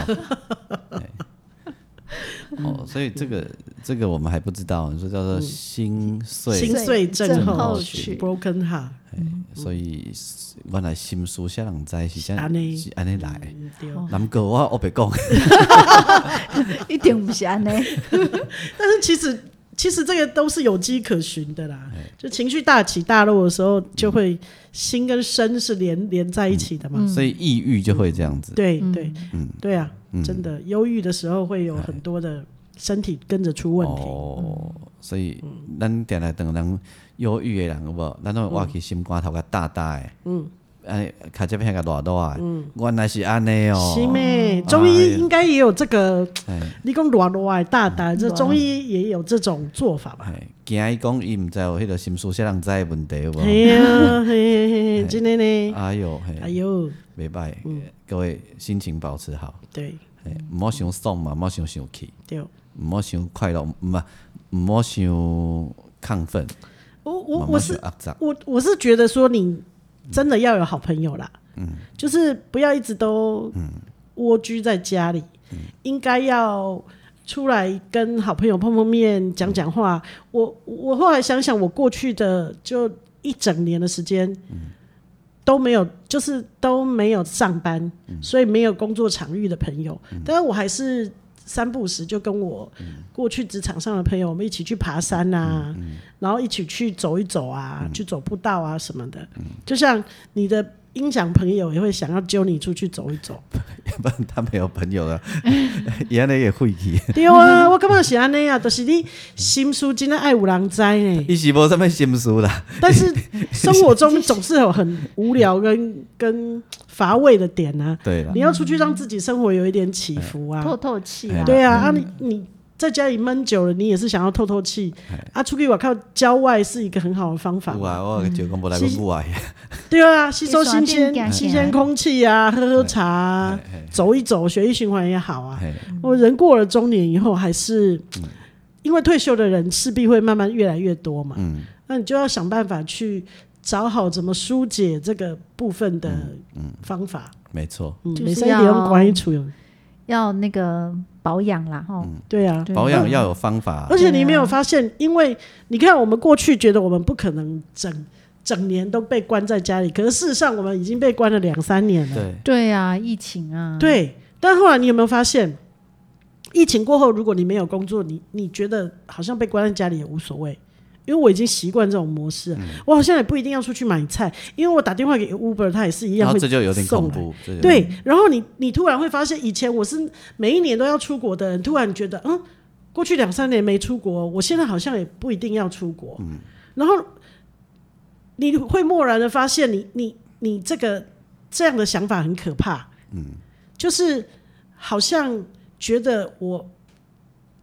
哦，所以这个这个我们还不知道，你说叫做心碎心碎症候群 （broken heart）。 所以原来心事啥人知是安尼是安尼来。难过我我别讲， 一点不是安尼。 但是其实。其实这个都是有迹可循的啦，就情绪大起大落的时候，就会心跟身是连连在一起的嘛， 嗯、所以抑郁就会这样子。 对对，嗯，对啊，嗯、真的忧郁的时候会有很多的身体跟着出问题。 哦，所以咱定来等人忧郁的人有无？咱都挖起心肝头个大大的，嗯。哎，卡这边个大大啊，原来是安尼哦。 是咩？中医应该也有这个，你讲大大大大，这中医也有这种做法吧？ 惊伊讲伊唔知有迄个心思啥人知的问题有无？ 系啊，嘿嘿嘿，真的呢。 哎呦， 哎呦， 袂歹，各位心情保持好。 对， 唔好想爽嘛，唔好想生气， 对， 唔好想快乐，唔唔好想亢奋。 我我我是我我是觉得说你。真的要有好朋友啦，嗯，就是不要一直都蜗居在家里，嗯、应该要出来跟好朋友碰碰面、讲讲话。我我后来想想，我过去的就一整年的时间，嗯、都没有，就是都没有上班，嗯、所以没有工作场域的朋友，嗯、但是我还是三不五时就跟我过去职场上的朋友，我们一起去爬山啊。嗯嗯然后一起去走一走啊，嗯、去走步道啊什么的。嗯、就像你的音响朋友也会想要揪你出去走一走， 要不然他没有朋友了，伊安尼也会去。 对啊，我感觉是安尼啊，就是你心事真的爱有人知呢。 伊是无什么心事啦， 但是生活中总是有很无聊跟跟乏味的点啊。 对啦， 你要出去让自己生活有一点起伏啊， 透透气啊。 对啊，嗯、啊你你。在家里闷久了，你也是想要透透气啊！出去我靠，郊外是一个很好的方法。 有啊，我就讲无来过户外。 对啊，吸收新鲜新鲜空气啊，喝喝茶、啊，走一走，血液循环也好啊。我人过了中年以后，还是、嗯、因为退休的人势必会慢慢越来越多嘛。嗯、那你就要想办法去找好怎么疏解这个部分的方法。 嗯嗯、没错， 嗯，每三点用关于处用。 要那个保养啦，哈、 嗯，对啊， 保养要有方法、啊。 而且你没有发现，因为你看，我们过去觉得我们不可能整整年都被关在家里，可是事实上我们已经被关了两三年了。 对， 对啊，疫情啊， 对。但后来你有没有发现，疫情过后，如果你没有工作，你你觉得好像被关在家里也无所谓。因为我已经习惯这种模式了、嗯、我好像也不一定要出去买菜，因为我打电话给 Uber 他也是一样会送来， 这就有点恐怖。 对，然后你你突然会发现，以前我是每一年都要出国的人，突然觉得嗯，过去两三年没出国，我现在好像也不一定要出国、嗯、然后你会蓦然的发现你你你这个这样的想法很可怕、嗯、就是好像觉得我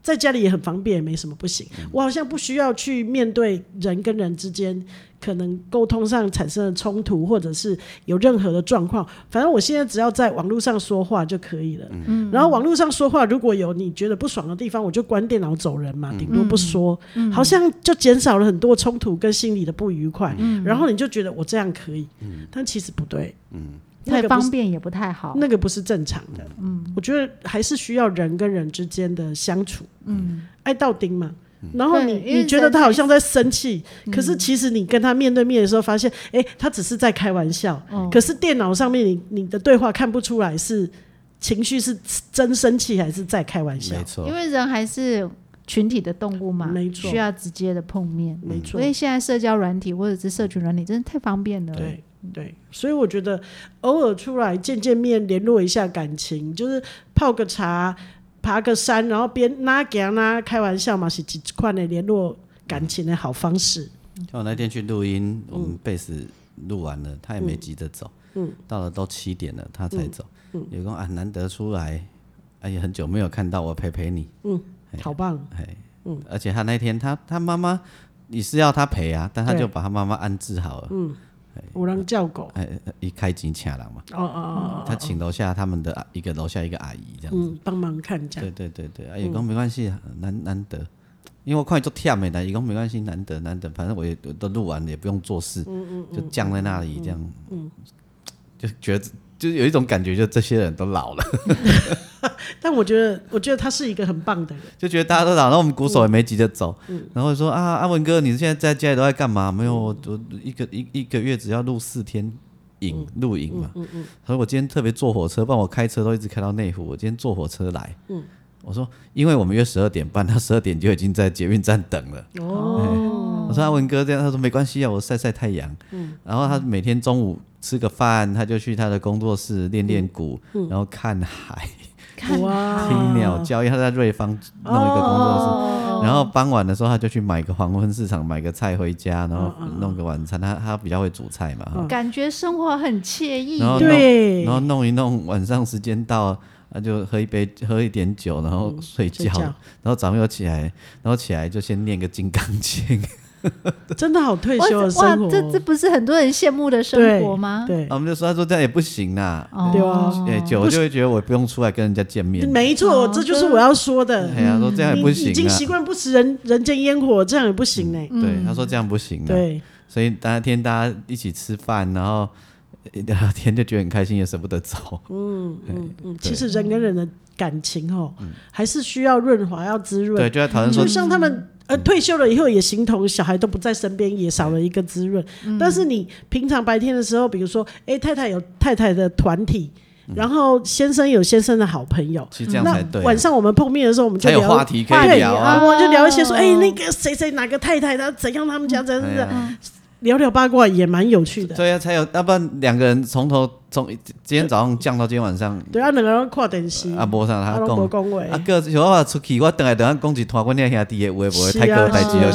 在家里也很方便，也没什么不行。我好像不需要去面对人跟人之间可能沟通上产生的冲突，或者是有任何的状况，反正我现在只要在网络上说话就可以了。嗯、然后网络上说话，如果有你觉得不爽的地方，我就关电脑走人嘛，顶多不说、嗯，好像就减少了很多冲突跟心理的不愉快。嗯、然后你就觉得我这样可以，嗯、但其实不对。嗯太方便也不太好， 那个不是正常的。嗯，我觉得还是需要人跟人之间的相处。嗯，爱到丁嘛。然后你你觉得他好像在生气、嗯，可是其实你跟他面对面的时候，发现，哎、欸，他只是在开玩笑。嗯、可是电脑上面你你的对话看不出来是情绪是真生气还是在开玩笑。 没错， 因为人还是群体的动物嘛， 没错， 需要直接的碰面。 没错， 所以现在社交软体或者是社群软体真的太方便了。 对。对，所以我觉得偶尔出来见见面，联络一下感情，就是泡个茶、爬个山，然后边拉给拉开玩笑嘛，是几块的联络感情的好方式。 像我那天去录音，我们贝斯录完了，他也没急着走，嗯，到了都七点了，他才走。嗯，有说啊，难得出来，哎呀，很久没有看到我陪陪你，嗯， 好棒， 哎，嗯，而且他那天他他妈妈也是要他陪啊，但他就把他妈妈安置好了，嗯。 有人叫狗， 哎，一开钱请人嘛， 哦哦哦， 他请楼下他们的一个楼下一个阿姨这样子， 嗯，帮忙看这样， 对对对对，阿姨讲没关系，难难得，因为我看你做忝的，阿姨讲没关系，难得难得，反正我也都录完了，也不用做事，嗯嗯，就降在那里这样，嗯，就觉得就是有一种感觉，就这些人都老了。 但我觉得，我觉得他是一个很棒的人， 就觉得大家都老，然后我们鼓手也没急着走，嗯、然后说啊，阿文哥，你现在在家里都在干嘛？没有，我我一个一一个月只要录四天影录影嘛。嗯嗯嗯、他说我今天特别坐火车，不然我开车都一直开到内湖，我今天坐火车来。嗯、我说，因为我们约十二点半，他十二点就已经在捷运站等了。哦，我说阿文哥这样，他说没关系啊，我晒晒太阳。嗯、然后他每天中午吃个饭，他就去他的工作室练练鼓，嗯、然后看海。 哇！ 听鸟叫，因为他在瑞芳弄一个工作室，哦、然后傍晚的时候他就去买个黄昏市场买个菜回家，然后弄个晚餐。他他比较会煮菜嘛， 嗯、感觉生活很惬意。 然后对， 然后弄一弄，晚上时间到，他就喝一杯喝一点酒，然后睡觉，嗯、然后早上又起来，然后起来就先念个金刚经。 真的好退休的生活， 哇，这这不是很多人羡慕的生活吗？ 对， 对，我们就说他说这样也不行啦， 对啊， 欸、久了就会觉得我不用出来跟人家见面。 没错，哦、这就是我要说的。 哎呀，说这样也不行、啊， 已经习惯不食人人间烟火，这样也不行呢、欸嗯。对，他说这样不行、啊。 对， 所以那天大家一起吃饭，然后聊聊天，就觉得很开心，也舍不得走。 嗯嗯嗯，其实人跟人的感情哦，嗯、还是需要润滑，要滋润。 对，就在讨论说， 就像他们。呃，退休了以后也形同小孩都不在身边，也少了一个滋润。嗯、但是你平常白天的时候，比如说，哎，太太有太太的团体，嗯、然后先生有先生的好朋友， 其实这样才对、啊。 晚上我们碰面的时候，我们就聊才有话题可以聊啊， 我们就聊一些说，哎、哦，那个谁谁哪个太太他怎样，他们家怎样怎样。嗯聊聊八卦也蛮有趣的， 对啊，才有，要不然两个人从头从今天早上降到今天晚上， 对啊，两个人看电视， 啊，无啥他讲， 啊， 个有我出去，我等下等下讲一团阮遐兄弟的话，不会太哥代志就是，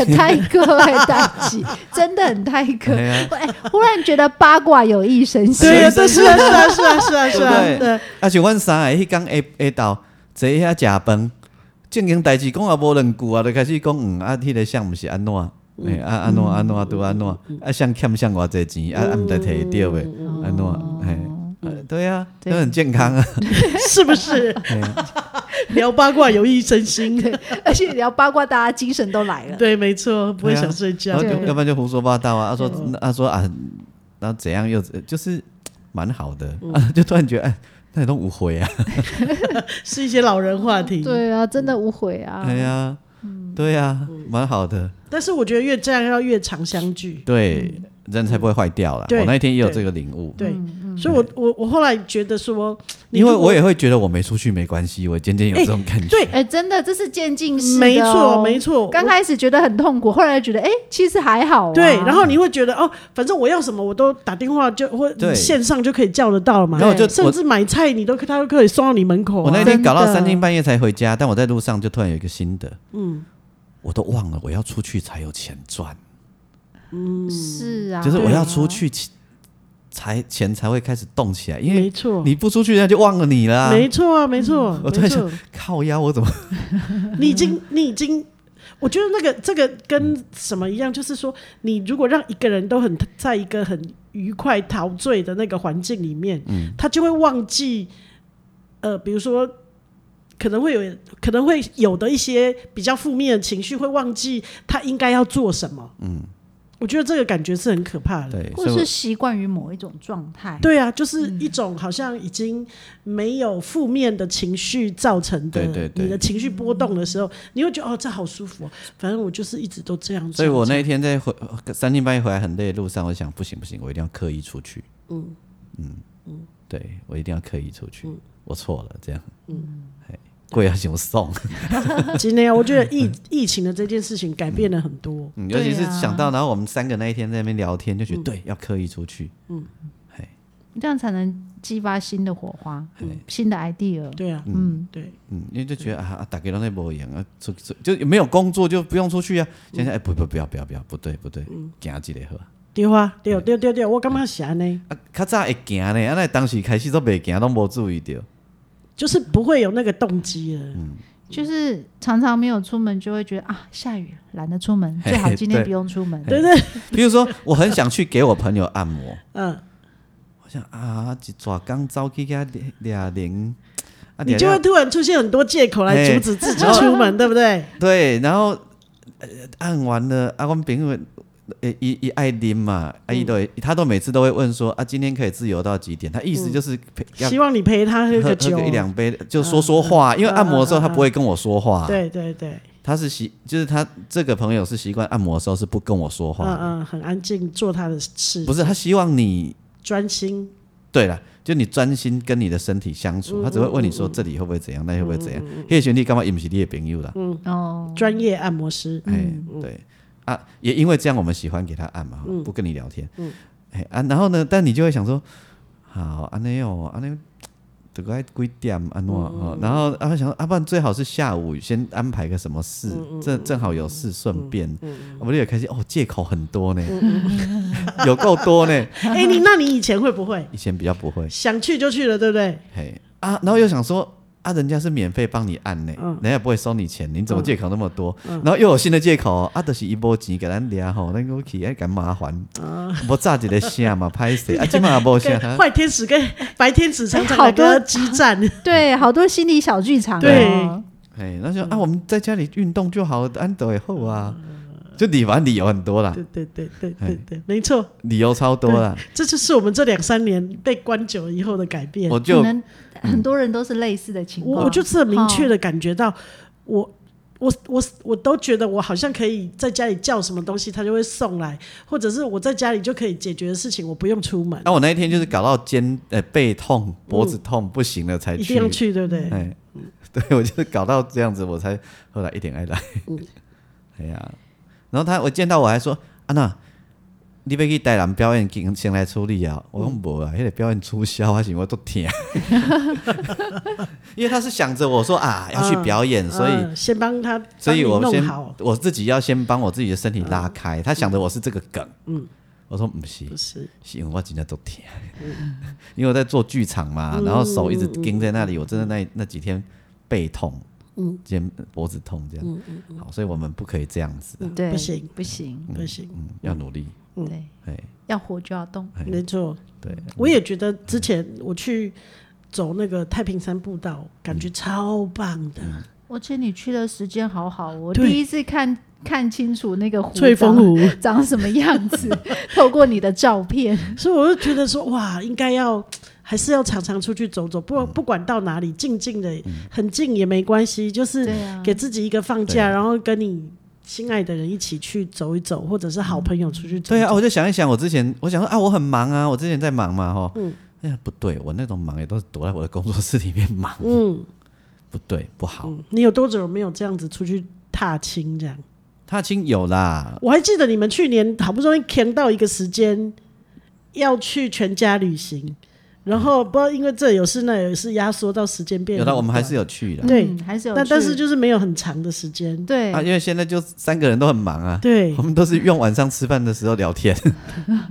太哥的代志，真的很太哥。哎，忽然觉得八卦有益身心， 对啊，是啊，是啊，是啊，是啊，是啊， 对。啊，像阮三个迄天下下昼坐遐食饭，正经代志讲也无两句啊，就開始講嗯啊，迄個相毋是安怎？哎、嗯，啊安怎安怎拄安怎？啊，想欠欠偌濟錢，啊啊毋知摕得到誒，安怎？哎、嗯，對啊，都很健康啊， 是不是？聊八卦有益身心， 而且聊八卦，大家精神都來了。 對，沒錯，不會想睡覺。 然後就要不然就胡說八道啊。他說，他說啊，然後怎樣又就是蠻好的、嗯啊，就突然覺得哎。那都無悔啊， 是一些老人話題。 對啊，真的無悔啊。 對啊，對啊，蠻好的。 但是我覺得越這樣要越常相聚， 對，嗯、人才不會壞掉啦。我那一天也有這個領悟。 對，對所以我我我後來覺得說， 因為我也會覺得我沒出去沒關係，我漸漸有這種感覺。 對， 哎、欸，真的，這是漸進式的、哦。 沒錯，沒錯。 剛開始覺得很痛苦，後來覺得哎、欸，其實還好、啊。 對，然後你會覺得哦，反正我要什麼我都打電話就或線上就可以叫得到了嘛。然後就甚至買菜你都他都可以送到你門口、啊。 我那天搞到三更半夜才回家，但我在路上就突然有一個新的，嗯，我都忘了我要出去才有錢賺。 嗯，是啊， 就是我要出去才钱才会开始动起来，因为没错， 你不出去，人家就忘了你了、啊。 没错啊，没错。 我突然想，靠腰我怎么？ 你已经，你已经。我觉得那个这个跟什么一样，就是说，你如果让一个人都很在一个很愉快陶醉的那个环境里面，嗯、他就会忘记，呃，比如说可能会有可能会有的一些比较负面的情绪，会忘记他应该要做什么。嗯，我觉得这个感觉是很可怕的， 对， 或是习惯于某一种状态。 对啊，就是一种好像已经没有负面的情绪造成的， 对对对， 你的情绪波动的时候，你会觉得哦，这好舒服、哦，反正我就是一直都这样。 所以我那一天在回三更半夜回来很累的路上，我想不行不行，我一定要刻意出去。嗯嗯嗯，对我一定要刻意出去，嗯、我错了，这样。嗯。贵要怎送？ 今天我觉得疫疫情的这件事情改变了很多， 嗯、尤其是想到，然后我们三个那一天在那边聊天，就觉得、嗯、对，要刻意出去，嗯， 这样才能激发新的火花，嗯、新的 idea。 对啊， 嗯， 对， 嗯，因为就觉得啊，大家都在无闲啊，出就没有工作就不用出去啊。现在哎、欸，不不不要不要不要，不对不对，行一个好。 对啊，对对对对，我感觉是安尼。 啊，较早会行呢，啊，那当时开始都袂行，都无注意到。 就是不会有那个动机了， 嗯， 就是常常没有出门，就会觉得啊，下雨懒得出门，最好今天不用出门。 对对， 比如说我很想去给我朋友按摩， 嗯， 我想啊，一抓刚早起个俩零，啊， 你就会突然出现很多借口来阻止自己出门，对不对？ 对，然后、呃、按完了，啊，我们朋友。一一爱啉嘛，啊，伊都他都每次都会问说啊，今天可以自由到几点？他意思就是陪、嗯、希望你陪他喝个酒， 喝个一两杯，就说说话。嗯、因为按摩的时候他不会跟我说话， 对对对， 他是习，就是他这个朋友是习惯按摩的时候是不跟我说话的， 嗯嗯，很安静做他的事。 不是，他希望你专心。 对了，就你专心跟你的身体相处，嗯、他只会问你说这里会不会怎样，那会不会怎样？那个兄弟干嘛也不是你的朋友啦？ 嗯哦，专业按摩师， 哎、嗯，对。啊，也因为这样，我们喜欢给他按嘛，嗯、不跟你聊天。嗯，哎啊，然后呢，但你就会想说，好，安尼哦，安尼这个几点安怎哦？然后啊，想说啊，不然最好是下午先安排个什么事，嗯、正正好有事顺便。嗯嗯、我们也开心哦，借口很多呢，嗯、有够多呢。 哎、欸，你那你以前会不会？ 以前比较不会， 想去就去了，对不对？ 嘿啊，然后又想说。啊，人家是免费帮你按呢、欸，嗯、人家不会收你钱，你怎么借口那么多？嗯、然后又有新的借口，啊，就是伊无钱给咱掠吼，那个去爱干麻烦，无炸一个声嘛，拍谁啊？今嘛无声。 坏天使跟白天使常常来个激战， 对，好多心理小剧场、哦。 对， 哎，那就啊，我们在家里运动就好了，按都会好啊。就理完理由很多啦， 对对对对对对，没错， 理由超多啦。 这就是我们这两三年被关久了以后的改变。 我就可能很多人都是类似的情况。 我我就是很明确的感觉到，我我我我都觉得我好像可以在家里叫什么东西，他就会送来，或者是我在家里就可以解决的事情，我不用出门。 那、啊、我那一天就是搞到肩呃背痛、脖子痛、嗯、不行了才去， 一定要去，对不对？ 哎，嗯、对我就是搞到这样子，我才后来一点爱来。嗯，哎呀。然后他，我见到我还说：“安娜，你要去台南表演，先来处理啊！”我说：“无啊，那个表演促销还是我都听。”因为他是想着我说啊要去表演，嗯、所以、 嗯、先帮他， 所以我先我自己要先帮我自己的身体拉开。嗯、他想着我是这个梗，嗯，我说不是， 不是， 是因为我今天都听，嗯、因为我在做剧场嘛，然后手一直盯在那里，我真的那那几天背痛。嗯，肩脖子痛这样，嗯嗯嗯、好，所以我们不可以这样子、啊， 对， 不行不行、 嗯、 不行， 嗯，要努力， 嗯、对，要活就要动， 没错， 对， 我也觉得之前我去走那个太平山步道，感觉超棒的， 嗯、 而且你去的时间好好，我第一次看看清楚那个湖翠峰湖长什么样子，透过你的照片， 所以我就觉得说，哇，应该要。还是要常常出去走走，不不管到哪里，静静的，嗯、很近也没关系，就是给自己一个放假，啊、然后跟你心爱的人一起去走一走，或者是好朋友出去走走。 对啊，我就想一想，我之前我想说啊，我很忙啊，我之前在忙嘛，哈，嗯，哎呀，不对，我那种忙也都是躲在我的工作室里面忙，嗯，不对，不好。嗯、 你有多久没有这样子出去踏青这样？ 踏青有啦， 我还记得你们去年好不容易填到一个时间要去全家旅行。然后不知道因为这有事那有事压缩到时间变， 有的我们还是有去的， 对， 嗯、还是有去， 但但是就是没有很长的时间， 对啊，因为现在就三个人都很忙啊， 对， 我们都是用晚上吃饭的时候聊天，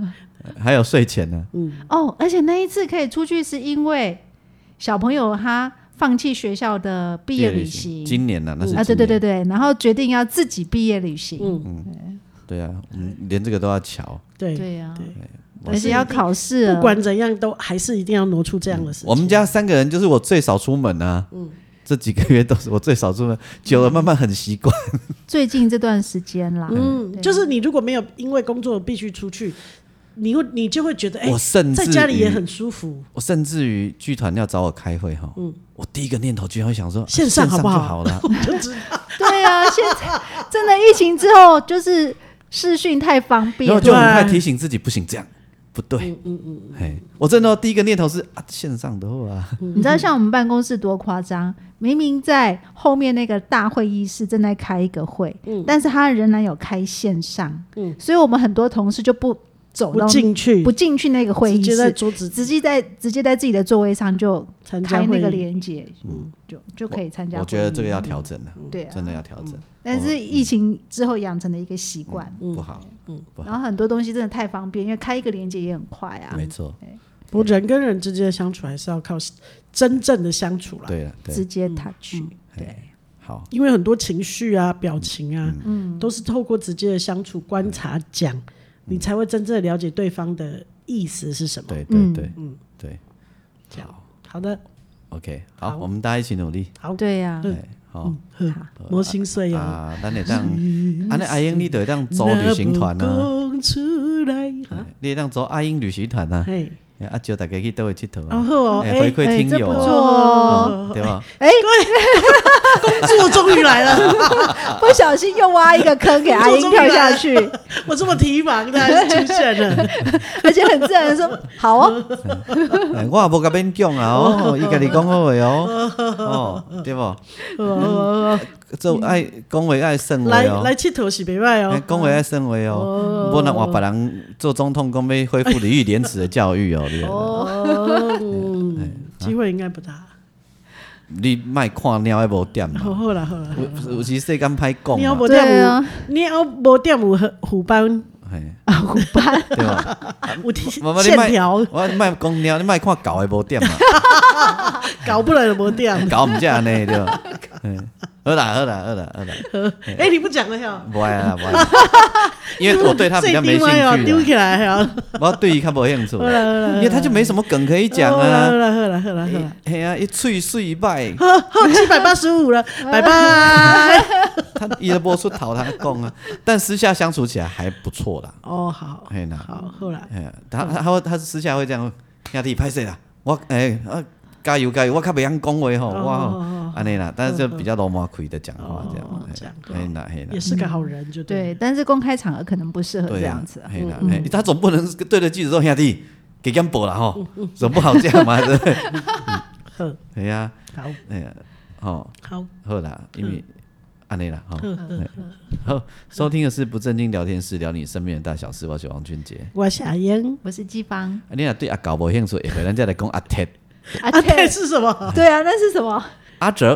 还有睡前呢、 嗯， 哦，而且那一次可以出去，是因为小朋友他放弃学校的毕业旅行， 今年呢、啊，那是啊，对对对对，然后决定要自己毕业旅行， 嗯对啊，嗯，连这个都要瞧。 对对呀、 对， 而且要考试了， 不管怎样都还是一定要挪出这样的事情。 我们家三个人就是我最少出门啊，嗯，这几个月都是我最少出门，久了慢慢很习惯。 最近这段时间啦， 嗯，就是你如果没有因为工作必须出去，你会你就会觉得，哎、 我甚至在家里也很舒服。 我甚至于剧团要找我开会哈，嗯，我第一个念头居然会想说线上好不好就好了， 我就知道， 对啊，现在真的疫情之后，就是视讯太方便了， 然后就很快提醒自己不行这样。不对，嗯嗯嗯，嘿，我真的第一个念头是啊，线上的话， 你知道像我们办公室多夸张？明明在后面那个大会议室正在开一个会，嗯、但是他仍然有开线上，嗯、所以我们很多同事就不走到不进去， 不进去那个会议室， 直接在桌子， 直接在直接在自己的座位上就开那个连连结，嗯，就就可以参加。 我觉得这个要调整了， 对、啊， 真的要调整。 但是疫情之后养成的一个习惯、 嗯，不好， 嗯，然后很多东西真的太方便，因为开一个连结也很快啊， 没错。 不过人跟人之间的相处还是要靠真正的相处啦， 对了， 直接 touch，、嗯、对。 好， 因为很多情绪啊、表情啊，嗯，都是透过直接的相处、观察、讲，你才会真正的了解对方的意思是什么。 对对对，嗯，对。 好，好的 ，OK， 好，我们大家一起努力。 好， 对呀， 好， 莫心碎哦。 啊，咱会当，安尼阿英你就会当组旅行团啊，你会当组阿英旅行团啊。啊，叫大家去倒位佚佗啊！ 哦， 回馈听友哦， 对吧？ 哎， 工作终于来了， 不小心又挖一个坑给阿英跳下去。 我这么提防，他还是出现了， 而且很自然的说：“好哦。” 我也无甲勉强啊，哦，伊家己讲好话哦，哦，对不？做爱讲话爱算话哦， 来来佚佗是袂歹哦， 讲话爱算话哦，不能换别人做总统，讲要恢复礼义廉耻的教育哦。 哦，机会应该不大。 你莫看鸟还无点嘛？ 好啦好啦， 有有时世间歹讲鸟嘛。 无点有，鸟无点有虎斑， 啊虎斑对吧？ 有线条。 我莫讲鸟，你莫看狗还无点嘛？ 狗不能无点， 狗毋才安尼对吧？好啦好啦好啦好啦。 哎，你不讲了呀？ 不爱啦不爱，因为我对他比较没兴趣。 丢起来呀！ 我对伊较无兴趣，因为他就没什么梗可以讲啊。 好了好了好了好了， 嘿啊，一喙水歹， 好七百八十五了，拜拜。 他伊都播出头他讲啊，但私下相处起来还不错啦。 哦好， 嘿呐， 好后来， 嘿，他他他他私下会这样，兄弟歹势啦，我诶啊加油加油，我较袂晓讲话吼，我。安尼啦，但是就比较罗马奎的讲话这样， 这样嘿啦嘿啦， 也是个好人，就对。但是公开场合可能不适合这样子啊。 嘿啦，他总不能对着记者说兄弟给点报啦吼，总不好这样嘛，对不对？ 好， 对呀， 好， 哎呀，好， 好， 好啦，因为安尼啦，好，好，收听的是不正经聊天室，聊你身边的大小事。我是王俊杰， 我是阿英， 我是季芳。 你若对阿狗无兴趣，下回咱再来讲阿铁。 阿铁是什么？ 对啊，那是什么？ 阿哲。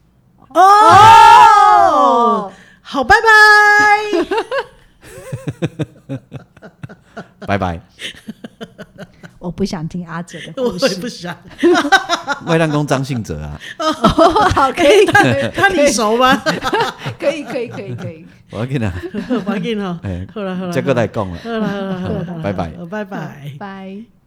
哦，好，拜拜，拜拜。 我不想听阿哲的故我也事， 不想。 外浪公张信哲啊， 哦，好，可以，可以， 他你熟吗？ 可以，可以，可以，可以。 我要跟他， 我要跟哈， 哎， 好了好了， 这个来讲了， 好了好了好了， 拜拜， 拜拜， 拜。